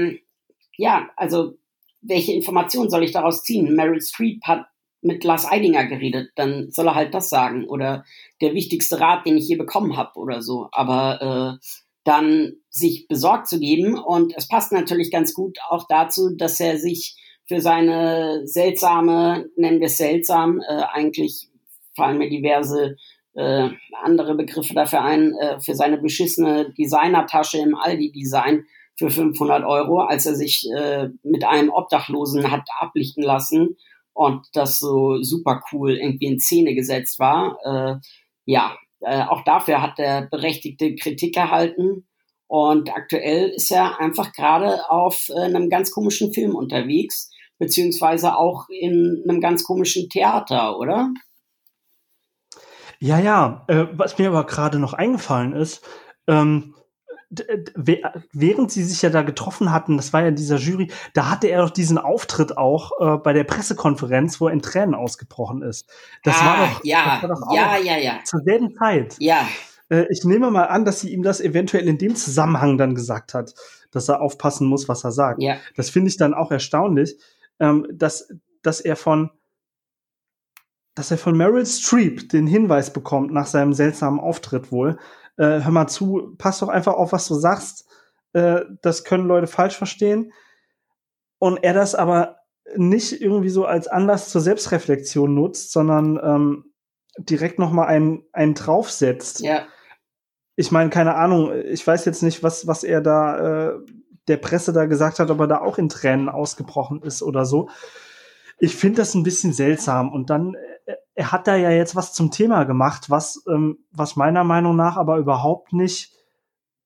also welche Informationen soll ich daraus ziehen? Meryl Streep hat mit Lars Eidinger geredet, dann soll er halt das sagen. Oder der wichtigste Rat, den ich je bekommen habe oder so. Aber dann sich besorgt zu geben. Und es passt natürlich ganz gut auch dazu, dass er sich für seine seltsame, nennen wir es seltsam, eigentlich fallen mir diverse andere Begriffe dafür ein, für seine beschissene Designertasche im Aldi-Design für 500 €, als er sich mit einem Obdachlosen hat ablichten lassen und das so super cool irgendwie in Szene gesetzt war. Auch dafür hat er berechtigte Kritik erhalten. Und aktuell ist er einfach gerade auf einem ganz komischen Film unterwegs, beziehungsweise auch in einem ganz komischen Theater, oder? Ja, was mir aber gerade noch eingefallen ist, während sie sich ja da getroffen hatten, das war ja in dieser Jury, da hatte er doch diesen Auftritt auch bei der Pressekonferenz, wo er in Tränen ausgebrochen ist. Das war doch auch zur selben Zeit. Ja. Ich nehme mal an, dass sie ihm das eventuell in dem Zusammenhang dann gesagt hat, dass er aufpassen muss, was er sagt. Ja. Das finde ich dann auch erstaunlich, dass er von Meryl Streep den Hinweis bekommt nach seinem seltsamen Auftritt wohl, hör mal zu, pass doch einfach auf, was du sagst, das können Leute falsch verstehen. Und er das aber nicht irgendwie so als Anlass zur Selbstreflexion nutzt, sondern direkt noch mal einen draufsetzt. Ja. Ich meine, keine Ahnung, ich weiß jetzt nicht, was er da der Presse da gesagt hat, ob er da auch in Tränen ausgebrochen ist oder so. Ich finde das ein bisschen seltsam. Und dann, er hat da ja jetzt was zum Thema gemacht, was meiner Meinung nach aber überhaupt nicht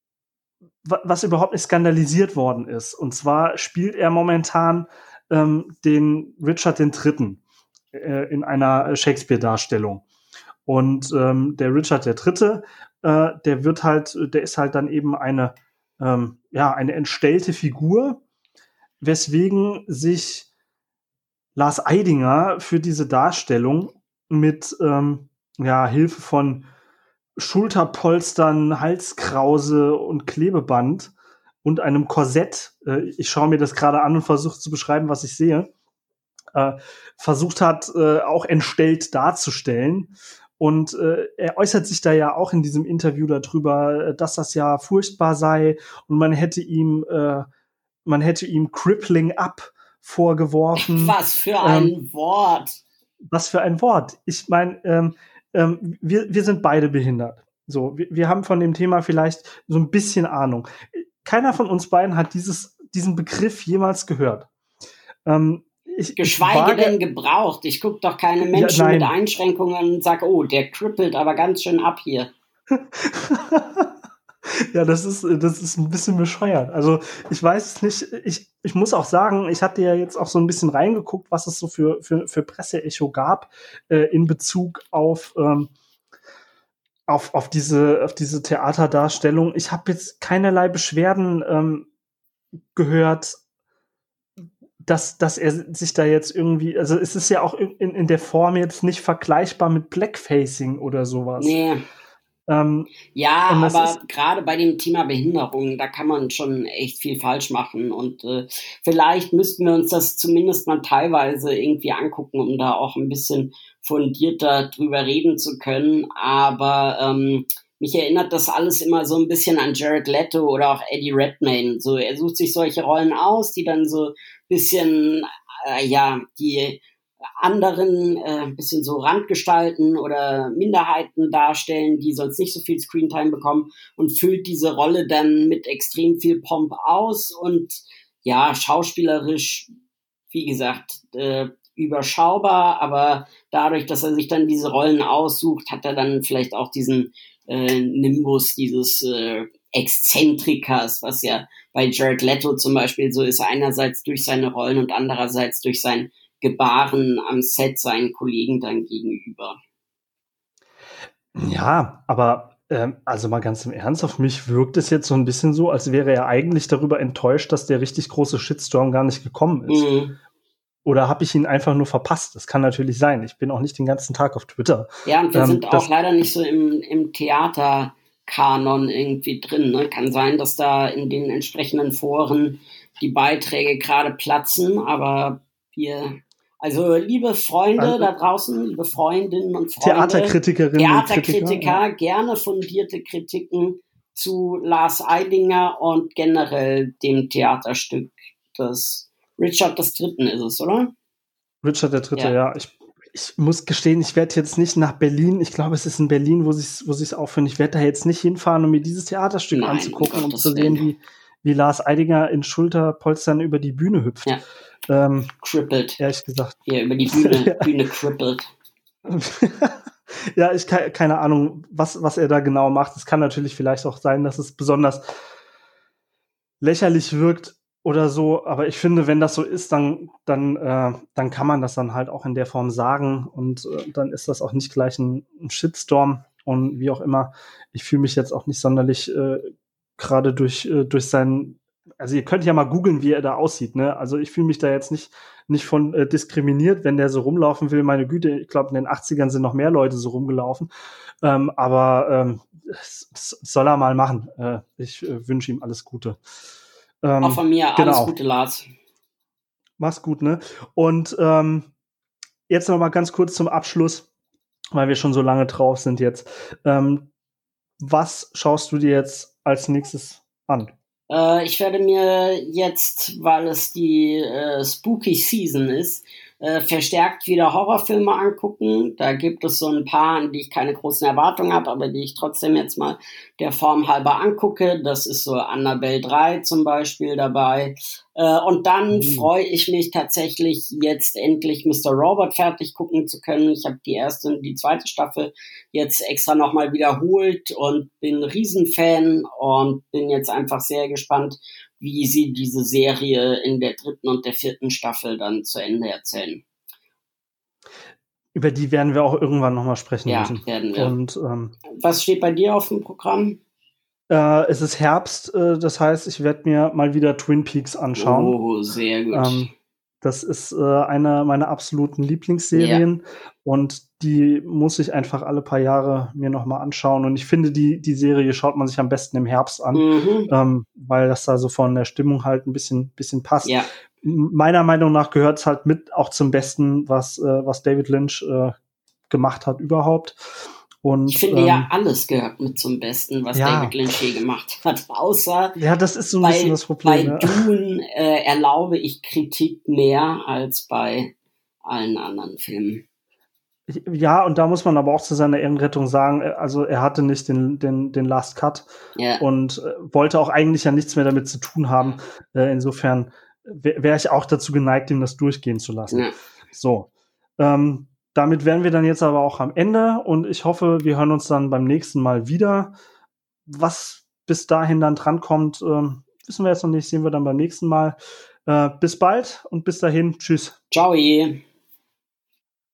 was überhaupt nicht skandalisiert worden ist. Und zwar spielt er momentan den Richard III. In einer Shakespeare-Darstellung. Und der Richard III., der ist halt dann eben eine entstellte Figur, weswegen sich Lars Eidinger für diese Darstellung mit Hilfe von Schulterpolstern, Halskrause und Klebeband und einem Korsett, ich schaue mir das gerade an und versuche zu beschreiben, was ich sehe, versucht hat, auch entstellt darzustellen. Und er äußert sich da ja auch in diesem Interview darüber, dass das ja furchtbar sei und man hätte ihm Crippling Up vorgeworfen. Was für ein Wort! Was für ein Wort! Ich meine, wir sind beide behindert. So, wir haben von dem Thema vielleicht so ein bisschen Ahnung. Keiner von uns beiden hat diesen Begriff jemals gehört. Geschweige denn gebraucht. Ich gucke doch keine Menschen mit Einschränkungen und sage, oh, der krippelt aber ganz schön ab hier. Ja, das ist ein bisschen bescheuert. Also ich weiß es nicht. Ich muss auch sagen, ich hatte ja jetzt auch so ein bisschen reingeguckt, was es so für Presseecho gab in Bezug auf diese Theaterdarstellung. Ich habe jetzt keinerlei Beschwerden gehört, dass er sich da jetzt irgendwie, also es ist ja auch in der Form jetzt nicht vergleichbar mit Blackfacing oder sowas. Nee. Aber gerade bei dem Thema Behinderung, da kann man schon echt viel falsch machen und vielleicht müssten wir uns das zumindest mal teilweise irgendwie angucken, um da auch ein bisschen fundierter drüber reden zu können, aber mich erinnert das alles immer so ein bisschen an Jared Leto oder auch Eddie Redmayne. So, er sucht sich solche Rollen aus, die dann so ein bisschen, die anderen ein bisschen so Randgestalten oder Minderheiten darstellen, die sonst nicht so viel Screentime bekommen und füllt diese Rolle dann mit extrem viel Pomp aus und ja, schauspielerisch, wie gesagt, überschaubar, aber dadurch, dass er sich dann diese Rollen aussucht, hat er dann vielleicht auch diesen Nimbus dieses Exzentrikers, was ja bei Jared Leto zum Beispiel so ist, einerseits durch seine Rollen und andererseits durch sein Gebaren am Set seinen Kollegen dann gegenüber. Ja, aber also mal ganz im Ernst, auf mich wirkt es jetzt so ein bisschen so, als wäre er eigentlich darüber enttäuscht, dass der richtig große Shitstorm gar nicht gekommen ist. Mhm. Oder habe ich ihn einfach nur verpasst? Das kann natürlich sein. Ich bin auch nicht den ganzen Tag auf Twitter. Ja, und wir sind auch leider nicht so im Theaterkanon irgendwie drin. Ne? Kann sein, dass da in den entsprechenden Foren die Beiträge gerade platzen, aber also liebe Freunde da draußen, liebe Freundinnen und Freunde, Theaterkritikerinnen und Kritiker, gerne fundierte Kritiken zu Lars Eidinger und generell dem Theaterstück des Richard III. Ist es, oder? Richard III., ja. Ich muss gestehen, ich werde jetzt nicht nach Berlin, ich glaube, es ist in Berlin, wo sie es aufführen. Ich werde da jetzt nicht hinfahren, um mir dieses Theaterstück anzugucken, um zu sehen, wie Lars Eidinger in Schulterpolstern über die Bühne hüpft. Ja. Crippelt. Ehrlich gesagt. Ja, über die Bühne crippelt. Ja, keine Ahnung, was er da genau macht. Es kann natürlich vielleicht auch sein, dass es besonders lächerlich wirkt oder so, aber ich finde, wenn das so ist, dann kann man das dann halt auch in der Form sagen und dann ist das auch nicht gleich ein Shitstorm und wie auch immer. Ich fühle mich jetzt auch nicht sonderlich gerade durch seinen, also ihr könnt ja mal googeln, wie er da aussieht, ne? Also ich fühle mich da jetzt nicht von diskriminiert, wenn der so rumlaufen will. Meine Güte, ich glaube, in den 80ern sind noch mehr Leute so rumgelaufen. Aber soll er mal machen. Ich wünsche ihm alles Gute. Auch von mir alles Gute, Lars. Mach's gut, ne? Und jetzt noch mal ganz kurz zum Abschluss, weil wir schon so lange drauf sind jetzt. Was schaust du dir jetzt als nächstes an? Ich werde mir jetzt, weil es die Spooky Season ist, verstärkt wieder Horrorfilme angucken. Da gibt es so ein paar, an die ich keine großen Erwartungen habe, aber die ich trotzdem jetzt mal der Form halber angucke. Das ist so Annabelle 3 zum Beispiel dabei. Und dann freue ich mich tatsächlich, jetzt endlich Mr. Robot fertig gucken zu können. Ich habe die erste und die zweite Staffel jetzt extra nochmal wiederholt und bin ein Riesenfan und bin jetzt einfach sehr gespannt, wie sie diese Serie in der 3. und der 4. Staffel dann zu Ende erzählen. Über die werden wir auch irgendwann nochmal sprechen müssen. Ja, werden wir. Und, was steht bei dir auf dem Programm? Es ist Herbst, das heißt, ich werde mir mal wieder Twin Peaks anschauen. Oh, sehr gut. Das ist eine meiner absoluten Lieblingsserien und die muss ich einfach alle paar Jahre mir nochmal anschauen. Und ich finde, die Serie schaut man sich am besten im Herbst an, weil das da so von der Stimmung halt ein bisschen passt. Ja. Meiner Meinung nach gehört es halt mit auch zum Besten, was David Lynch gemacht hat überhaupt. Und, ich finde ja, alles gehört mit zum Besten, was David Lynch je gemacht hat. Außer das ist so ein bisschen das Problem. Bei Dune erlaube ich Kritik mehr als bei allen anderen Filmen. Ja, und da muss man aber auch zu seiner Ehrenrettung sagen, also er hatte nicht den Last Cut und wollte auch eigentlich ja nichts mehr damit zu tun haben. Insofern wäre ich auch dazu geneigt, ihm das durchgehen zu lassen. Ja. So, damit wären wir dann jetzt aber auch am Ende und ich hoffe, wir hören uns dann beim nächsten Mal wieder. Was bis dahin dann drankommt, wissen wir jetzt noch nicht, sehen wir dann beim nächsten Mal. Bis bald und bis dahin, tschüss. Ciao.